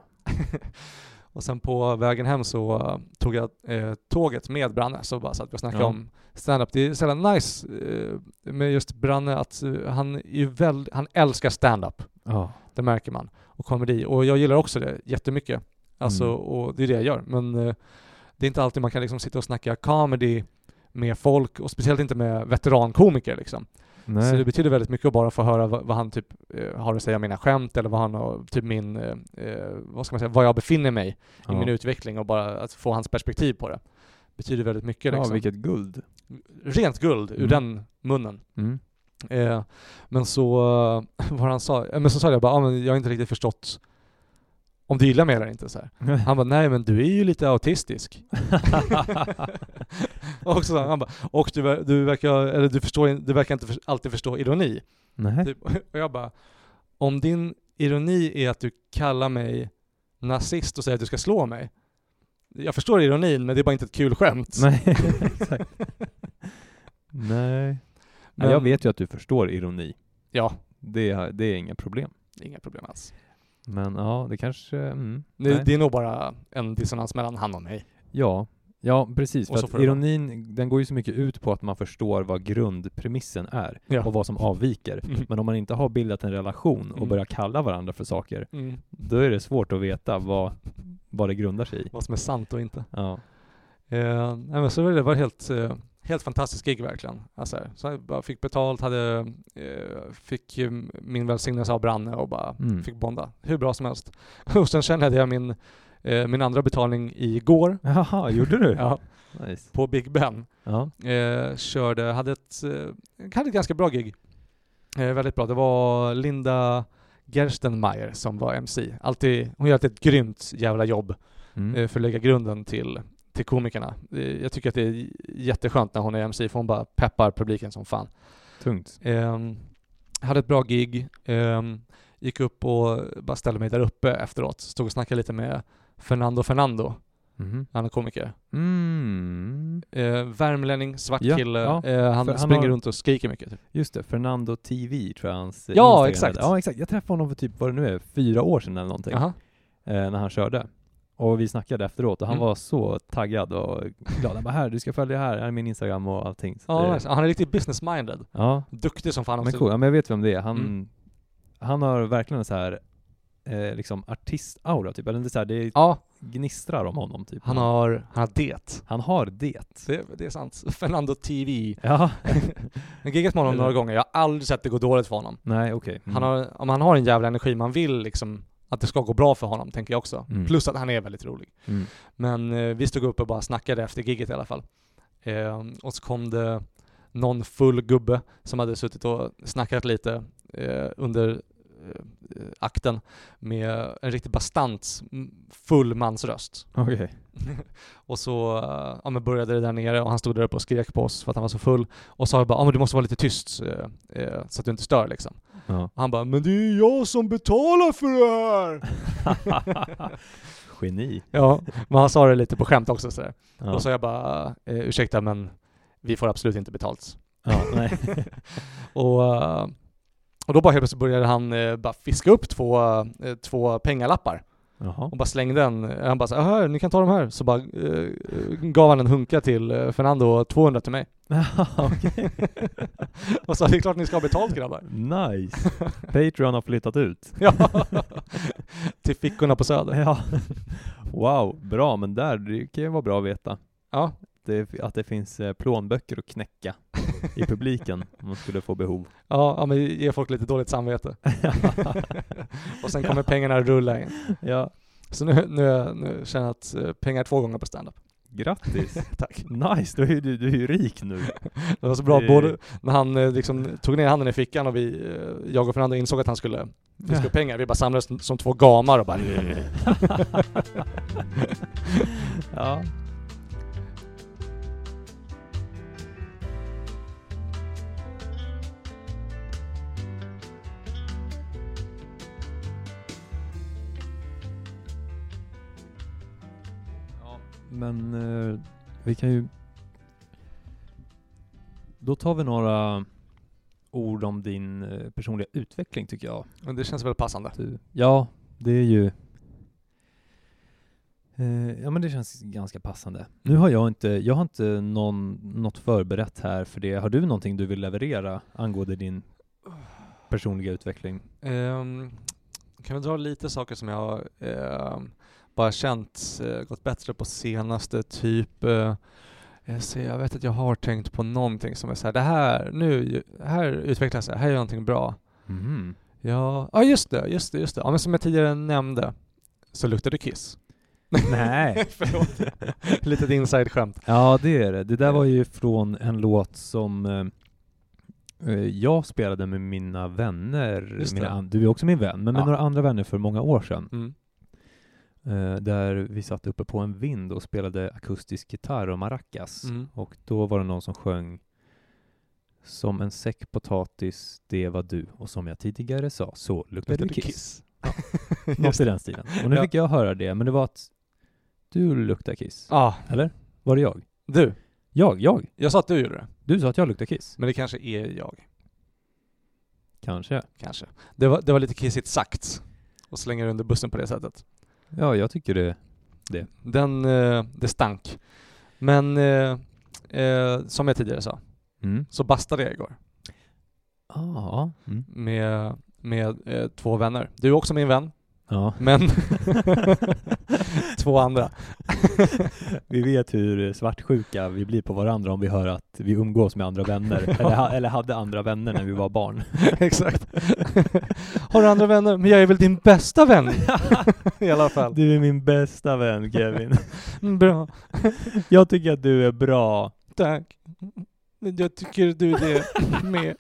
Och sen på vägen hem så uh, tog jag uh, tåget med Branne, så bara satt vi och snackade Ja. om stand-up. Det är så jävla nice uh, med just Branne att uh, han är ju väl, han älskar stand-up. Ja. Det märker man. Och komedi. Och jag gillar också det jättemycket. Alltså, Mm. och det är det jag gör. Men uh, det är inte alltid man kan liksom sitta och snacka comedy med folk, och speciellt inte med veterankomiker liksom. Nej. Så det betyder väldigt mycket att bara få höra vad, vad han typ eh, har att säga om mina skämt, eller vad han har, typ min, eh, vad ska man säga, var jag befinner mig Ja. i min utveckling, och bara att få hans perspektiv på det. Betyder väldigt mycket Ja, liksom. vilket guld. Rent guld ur Mm. den munnen. Mm. Eh, men så, eh, vad han sa, eh, men så sa jag bara, ah, men jag har inte riktigt förstått om du gillar mig eller inte så här. Han bara, nej men du är ju lite autistisk. Och så han bara, och du, du verkar, eller du förstår, du verkar inte för, alltid förstå ironi. Nej. Typ, och jag bara, om din ironi är att du kallar mig nazist och säger att du ska slå mig. Jag förstår ironin, men det är bara inte ett kul skämt. Nej, exakt. Nej. Men, Nej, jag vet ju att du förstår ironi. Ja, Det, är- det är inga problem. inga problem alls. Men ja, det kanske... Mm, Det, nej. det är nog bara en dissonans mellan han och mig. Ja, ja precis. Och För så att får det ironin, den går ju så mycket ut på att man förstår vad grundpremissen är Ja. och vad som avviker. Mm. Men om man inte har bildat en relation och Mm. börjar kalla varandra för saker, Mm. då är det svårt att veta vad, vad det grundar sig i. Vad som är sant och inte. Ja. Eh, nej, men så var det var helt, eh, helt fantastisk gig verkligen. Alltså, så jag bara fick betalt, hade, eh, fick eh, min välsignelse av Branne och bara Mm. fick bonda. Hur bra som helst. Och sen kände jag min, eh, min andra betalning igår. Jaha, gjorde du? Ja, Nice. på Big Ben. Ja. Eh, körde, hade ett, eh, hade ett ganska bra gig. Eh, väldigt bra. Det var Linda Gerstenmeier som var M C. Alltid, hon gör alltid ett grymt jävla jobb Mm. eh, för att lägga grunden till, till komikerna. Eh, jag tycker att det är jätteskönt när hon är M C, för hon bara peppar publiken som fan. Tungt. Eh, hade ett bra gig. Eh, gick upp och bara ställde mig där uppe efteråt. Stod och snackade lite med Fernando Fernando. Mhm. Han är komiker. Mm. eh, värmlänning, svart Ja, kille. ja. Eh, han För han springer har- runt och skriker mycket. Typ. Just det, Fernando T V tror jag hans eh, Ja, Instagram exakt. heter. Ja, exakt. Jag träffade honom för typ, vad det nu är, fyra år sedan eller någonting. Aha. Eh, när han körde. Och vi snackade efteråt och han Mm. var så taggad och glad. Han bara, här, du ska följa här, här är min Instagram och allting. Så Ja, det, nice. Han är riktigt business-minded. ja, Duktig som fan men också. cool. Ja, men jag vet vem det är. Han, Mm. han har verkligen en så här eh, liksom artist-aura typ. Eller det är så här, det Ja, gnistrar om honom typ. han har, han har det. han har det. det. Det är sant. Fernando T V. Ja. Jag har giggat med honom Eller- några gånger. Jag har aldrig sett det gå dåligt för honom. Nej, okej. Mm. Han har, om han har en jävla energi, man vill liksom att det ska gå bra för honom, tänker jag också. Mm. Plus att han är väldigt rolig. Mm. Men eh, vi stod upp och bara snackade efter gigget i alla fall. Eh, och så kom det någon full gubbe som hade suttit och snackat lite eh, under eh, akten med en riktigt bastant m- full mansröst. Okej. Och så eh, ja, men började det där nere och han stod där uppe och skrek på oss för att han var så full. Och sa bara, ja men du måste vara lite tyst eh, eh, så att du inte stör liksom. Ja. Och han bara, men det är jag som betalar för det här! Geni. Ja, men han sa det lite på skämt också sådär. Ja. Och så jag bara, eh, ursäkta men vi får absolut inte betalt. Ja, nej. och, eh, och då bara helt plötsligt började han eh, bara fiska upp två, eh, två pengalappar. Jaha. Och bara slängde den. Han bara så här, ni kan ta de här. Så bara eh, gav han en hunka till eh, Fernando och tvåhundra till mig. Okej. Och så det är klart ni ska ha betalt grabbar. Nice. Patreon har flyttat ut. Ja. Till fickorna på Söder. Ja. Wow, bra, men där det kan ju vara bra att veta. Ja. Det, att det finns eh, plånböcker att knäcka i publiken om man skulle få behov. Ja, ja, men ge folk lite dåligt samvete. Och sen kommer pengarna rulla in. Ja. Så nu, nu, nu känner jag att eh, pengar är två gånger på stand-up. Grattis. Tack. Nice, du är ju du, du är ju rik nu. Det var så bra, Det- både när han eh, liksom tog ner handen i fickan och vi, eh, jag och Fernando insåg att han skulle fiska upp pengar. Vi bara samlades som, som två gamar och bara... Ja. Ja, men eh, vi kan ju... Då tar vi några ord om din eh, personliga utveckling tycker jag. Men det känns väl passande. Du, ja, det är ju... Eh, ja, men det känns ganska passande. Nu har jag inte, jag har inte någon, något förberett här för det. Har du någonting du vill leverera angående din personliga utveckling? Um, kan vi dra lite saker som jag har um, bara känt uh, gått bättre på senaste typ... Uh, jag, ser, jag vet att jag har tänkt på någonting som är så här, det här, nu, här utvecklas jag, här är någonting bra. Mm. Ja, ah, just det, just det, just det. Ja, men som jag tidigare nämnde så luktar det kiss. Nej. Förlåt. Litet inside-skämt. Ja, det är det. Det där var ju från en låt som eh, jag spelade med mina vänner. Just det. Mina an- du är också min vän, men med Ja. några andra vänner för många år sedan. Mm. Eh, där vi satt uppe på en vind och spelade akustisk gitarr och maracas. Mm. Och då var det någon som sjöng som en säck potatis, det var du. Och som jag tidigare sa, så luktar det kiss. kiss. Något i den stilen. Och nu Ja. fick jag höra det, men det var att du luktar kiss. Ja, Eller? Var det jag? du. Jag, jag. Jag sa att du gjorde det. Du sa att jag luktar kiss. Men det kanske är jag. Kanske. Kanske. Det var, det var lite kissigt sagt. Och slänga under bussen på det sättet. Ja, jag tycker det. Den, eh, det stank. Men eh, eh, som jag tidigare sa, Mm. så bastade jag igår. Ja. Mm. Med, med eh, två vänner. Du är också min vän. Ja. Men två andra. Vi vet hur svartsjuka vi blir på varandra om vi hör att vi umgås med andra vänner. Eller, ha, eller hade andra vänner när vi var barn. Exakt. Har du andra vänner? Men jag är väl din bästa vän? I alla fall. Du är min bästa vän, Kevin. Mm, bra. Jag tycker att du är bra. Tack. Jag tycker du är det med.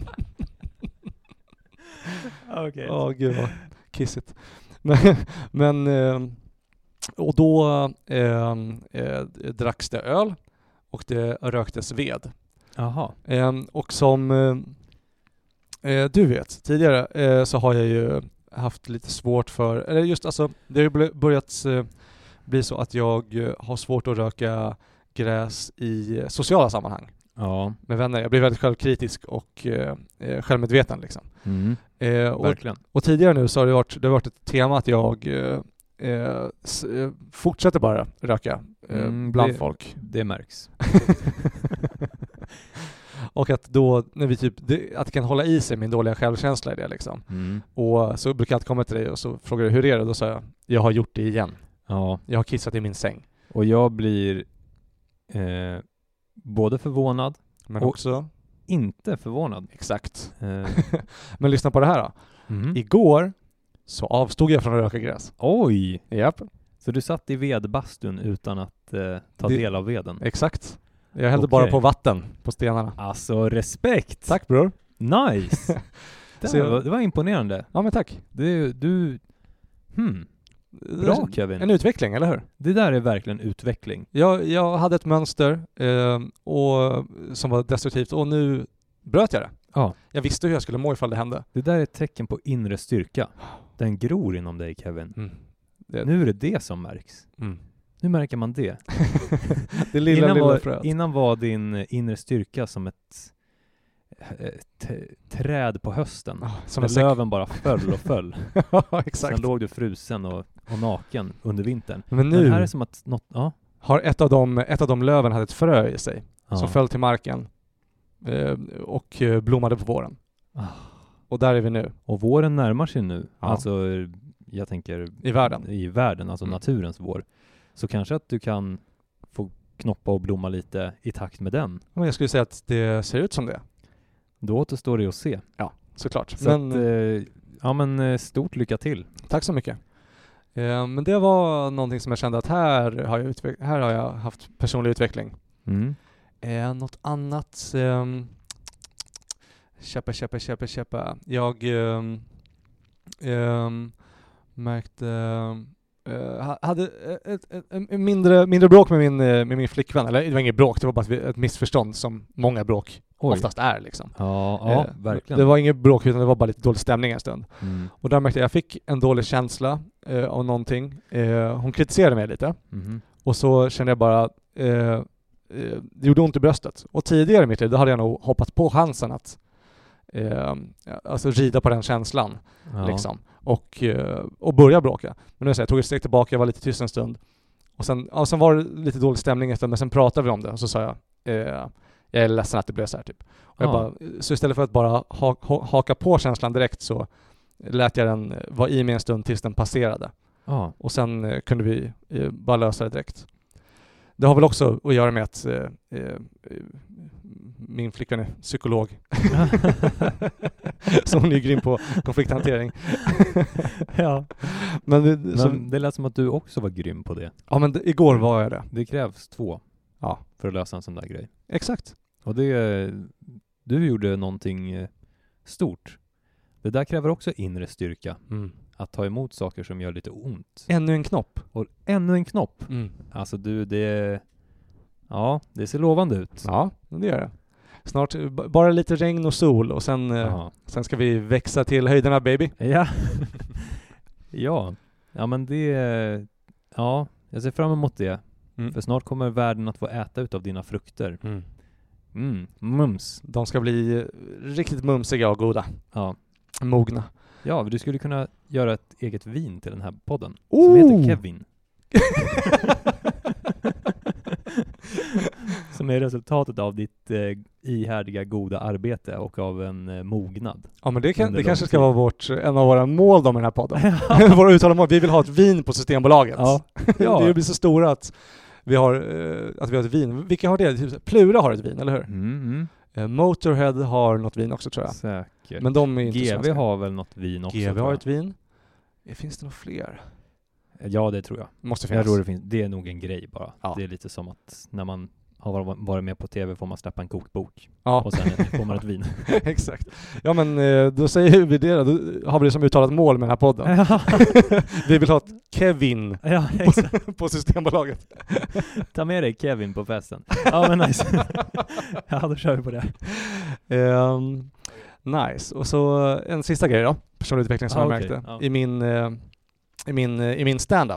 Okej. Åh gud vad kissigt. Men, men eh, och då eh, eh, dracks det öl och det röktes ved. Jaha. Eh, och som eh, eh, du vet, tidigare eh, så har jag ju haft lite svårt för, eller just alltså, det har ju börjat eh, bli så att jag eh, har svårt att röka gräs i sociala sammanhang Ja. med vänner. Jag blir väldigt självkritisk och eh, självmedveten liksom. Mm. Eh, och, Verkligen. och tidigare nu så har det varit, det har varit ett tema att jag eh, eh, s- eh, fortsätter bara röka eh, Mm, bland det- folk. Det märks. Och att då, när vi typ, det, att det kan hålla i sig min dåliga självkänsla i det liksom. Mm. Och så brukar jag alltid komma till dig och så frågar du hur är det? Då sa jag, jag har gjort det igen. Ja. Jag har kissat i min säng. Och jag blir eh, både förvånad, Men Och- också, inte förvånad. exakt. Eh, Men lyssna på det här då. mm. Igår så avstod jag från att röka gräs. Oj! Japp, Så du satt i vedbastun utan att eh, ta Det- del av veden? exakt. Jag hällde Okej. bara på vatten på stenarna. Alltså respekt! Tack bror. Nice! det, Så jag- var, det var imponerande. Ja men tack. Du, du hmm. Bra Kevin. En utveckling, eller hur? Det där är verkligen utveckling. Jag, jag hade ett mönster eh, och, som var destruktivt och nu bröt jag det. Ja. Jag visste hur jag skulle må ifall det hände. Det där är ett tecken på inre styrka. Den gror inom dig Kevin. Mm. Det, Nu är det det som märks. mm. Nu märker man det. det lilla, innan, lilla var, fröet. innan var din eh, inre styrka som ett eh, t- träd på hösten. Ah, som Där en säck. löven bara föll och föll. Ja, exakt. Sen låg du frusen och, och naken under vintern. Men nu Men här är som att något, ja. har ett av, de, ett av de löven hade ett frö i sig ja. som föll till marken eh, och eh, blommade på våren. Ah. Och där är vi nu, Och våren närmar sig nu. Ja. Alltså, jag tänker i världen. i världen, alltså Mm. naturens vår. Så kanske att du kan få knoppa och blomma lite i takt med den. Men jag skulle säga att det ser ut som det. Då återstår det att se. Såklart. Så Men, att, eh, ja men eh, stort lycka till. tack så mycket. Eh, men det var någonting som jag kände att här har jag, utveck- här har jag haft personlig utveckling. Mm. Eh, något annat... ehm, Käppa, käppa, käppa, käppa. Jag ehm, ehm, märkte... eh, ha- hade ett, ett, ett mindre, mindre bråk med min, eh, med min flickvän. Eller det var inget bråk, det var bara ett, ett missförstånd som många bråk Oj. oftast är. Liksom. Ja, ja Eh, verkligen. Det var inget bråk utan det var bara lite dålig stämning en stund. Mm. Och där märkte jag att jag fick en dålig känsla eh, av någonting. Eh, hon kritiserade mig lite. Mhm. Och så kände jag bara, eh, eh, det gjorde ont i bröstet. Och tidigare i mitt liv, då hade jag nog hoppat på chansen att eh, alltså rida på den känslan. Ja. Liksom. Och, eh, och börja bråka. Men nu så jag tog ett steg tillbaka, jag var lite tyst en stund. Och sen, ja, sen var det lite dålig stämning efter, men sen pratade vi om det. Och så sa jag, eh, jag är ledsen att det blev så här typ. Och jag Ja. bara, så istället för att bara ha, ha, haka på känslan direkt så lät jag den vara i mig en stund tills den passerade. Ja. Och sen eh, kunde vi eh, bara lösa det direkt. Det har väl också att göra med att eh, eh, min flickvän är psykolog. Så hon är grym på konflikthantering. ja. Men, det, Men så, det lät som att du också var grym på det. ja, men det, igår var jag det. Det krävs två Ja, för att lösa en sån där grej. exakt. Och det, du gjorde någonting eh, stort. Det där kräver också inre styrka. Mm. Att ta emot saker som gör lite ont. Ännu en knopp. Och ännu en knopp. Mm. Alltså du, det... Ja, det ser lovande ut. Ja, det gör det. Snart b- bara lite regn och sol och sen, eh, Ja. sen ska vi växa till höjderna baby. Ja. ja. Ja, men det... Ja, jag ser fram emot det. Mm. För snart kommer världen att få äta utav dina frukter. Mm. Mm, mums. De ska bli eh, riktigt mumsiga och goda. Ja. Mogna. Ja, du skulle kunna göra ett eget vin till den här podden. Oh! Som heter Kevin. Som är resultatet av ditt eh, ihärdiga goda arbete och av en eh, mognad. Ja, men det, kan, Under det lång kanske ska tid. vara vårt, en av våra mål då med den här podden. Våra uttalade mål. Vi vill ha ett vin på Systembolaget. Ja. Ja. Det blir så stora att vi har, eh, att vi har ett vin. Vilka har det? Typ Plura har ett vin, eller hur? Mm, mm. Eh, Motorhead har något vin också, tror jag. Säkert. Men de är inte G V svenska. har väl något vin också? G V tror har jag. ett vin. Eh, Finns det några fler? Ja, det tror jag. Måste Jag finnas. tror det finns. Det är nog en grej bara. Ja. Det är lite som att när man har var- varit med på tv får man släppa en kokbok. Ja, Och sen får man ett vin. exakt. Ja, men eh, då säger vi det då. Då har vi det som uttalat mål med den här podden. Vi vill ha ett Kevin ja, exakt. på Systembolaget. Ta med dig Kevin på festen. Ja, men nice. Ja, då kör vi på det. Ehm, nice. Och så en sista grej då. Personlig utveckling som Ah, jag okej. märkte. Ja. I min, eh, i min, eh, i min stand-up.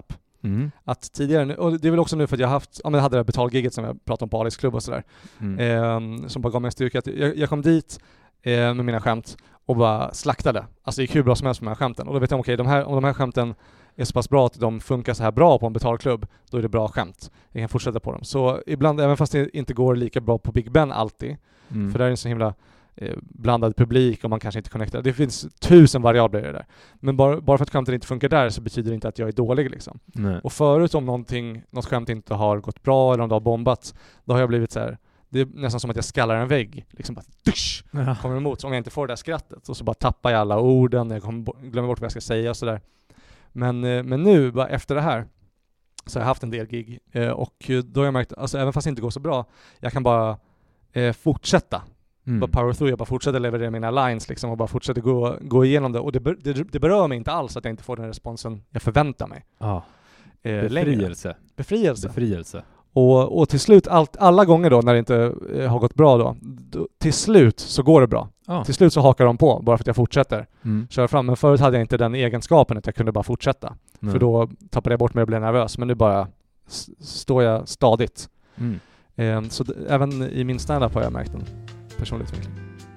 Mm. Att tidigare, och det är väl också nu för att jag haft, ja men jag hade det här betalgigget som jag pratade om på Alex klubb och sådär. Mm. Eh, som bara gav mig en styrka. Att jag, jag kom dit eh, med mina skämt och bara slaktade. Alltså det gick hur bra som helst med de här skämten. Och då vet jag, okej, okay, de här, om de här skämten är så pass bra att de funkar så här bra på en betalklubb, då är det bra skämt. Jag kan fortsätta på dem. Så ibland, även fast det inte går lika bra på Big Ben alltid, Mm. för där är en så himla eh, blandad publik och man kanske inte connectar. Det finns tusen variabler i det där. Men bara, bara för att skämten inte funkar där så betyder det inte att jag är dålig liksom. Nej. Och förut om någonting, något skämt inte har gått bra eller om det har bombats, då har jag blivit så här. Det är nästan som att jag skallar en vägg. Liksom bara dusch, Ja. kommer emot. Så om jag inte får det där skrattet och så bara tappar jag alla orden, jag kommer, glömmer bort vad jag ska säga och sådär. Men, eh, men nu, bara efter det här, så har jag haft en del gig. Eh, och då har jag märkt, alltså även fast det inte går så bra, jag kan bara eh, fortsätta. Mm. Bara power through, jag bara fortsätter leverera mina lines liksom och bara fortsätter gå, gå igenom det. Och det, ber, det, det berör mig inte alls att jag inte får den responsen jag förväntar mig. Ja. Eh, längre. Befrielse. Befrielse. Befrielse. Och, och till slut, allt, alla gånger då när det inte eh, har gått bra då, då, till slut så går det bra. Ja. Till slut så hakar de på, bara för att jag fortsätter Mm. köra fram. Men förut hade jag inte den egenskapen att jag kunde bara fortsätta. Nej. För då tappade jag bort mig och blev nervös. Men nu bara s- står jag stadigt. Mm. Eh, så d- även i min stand-up har jag märkt en personlig utveckling.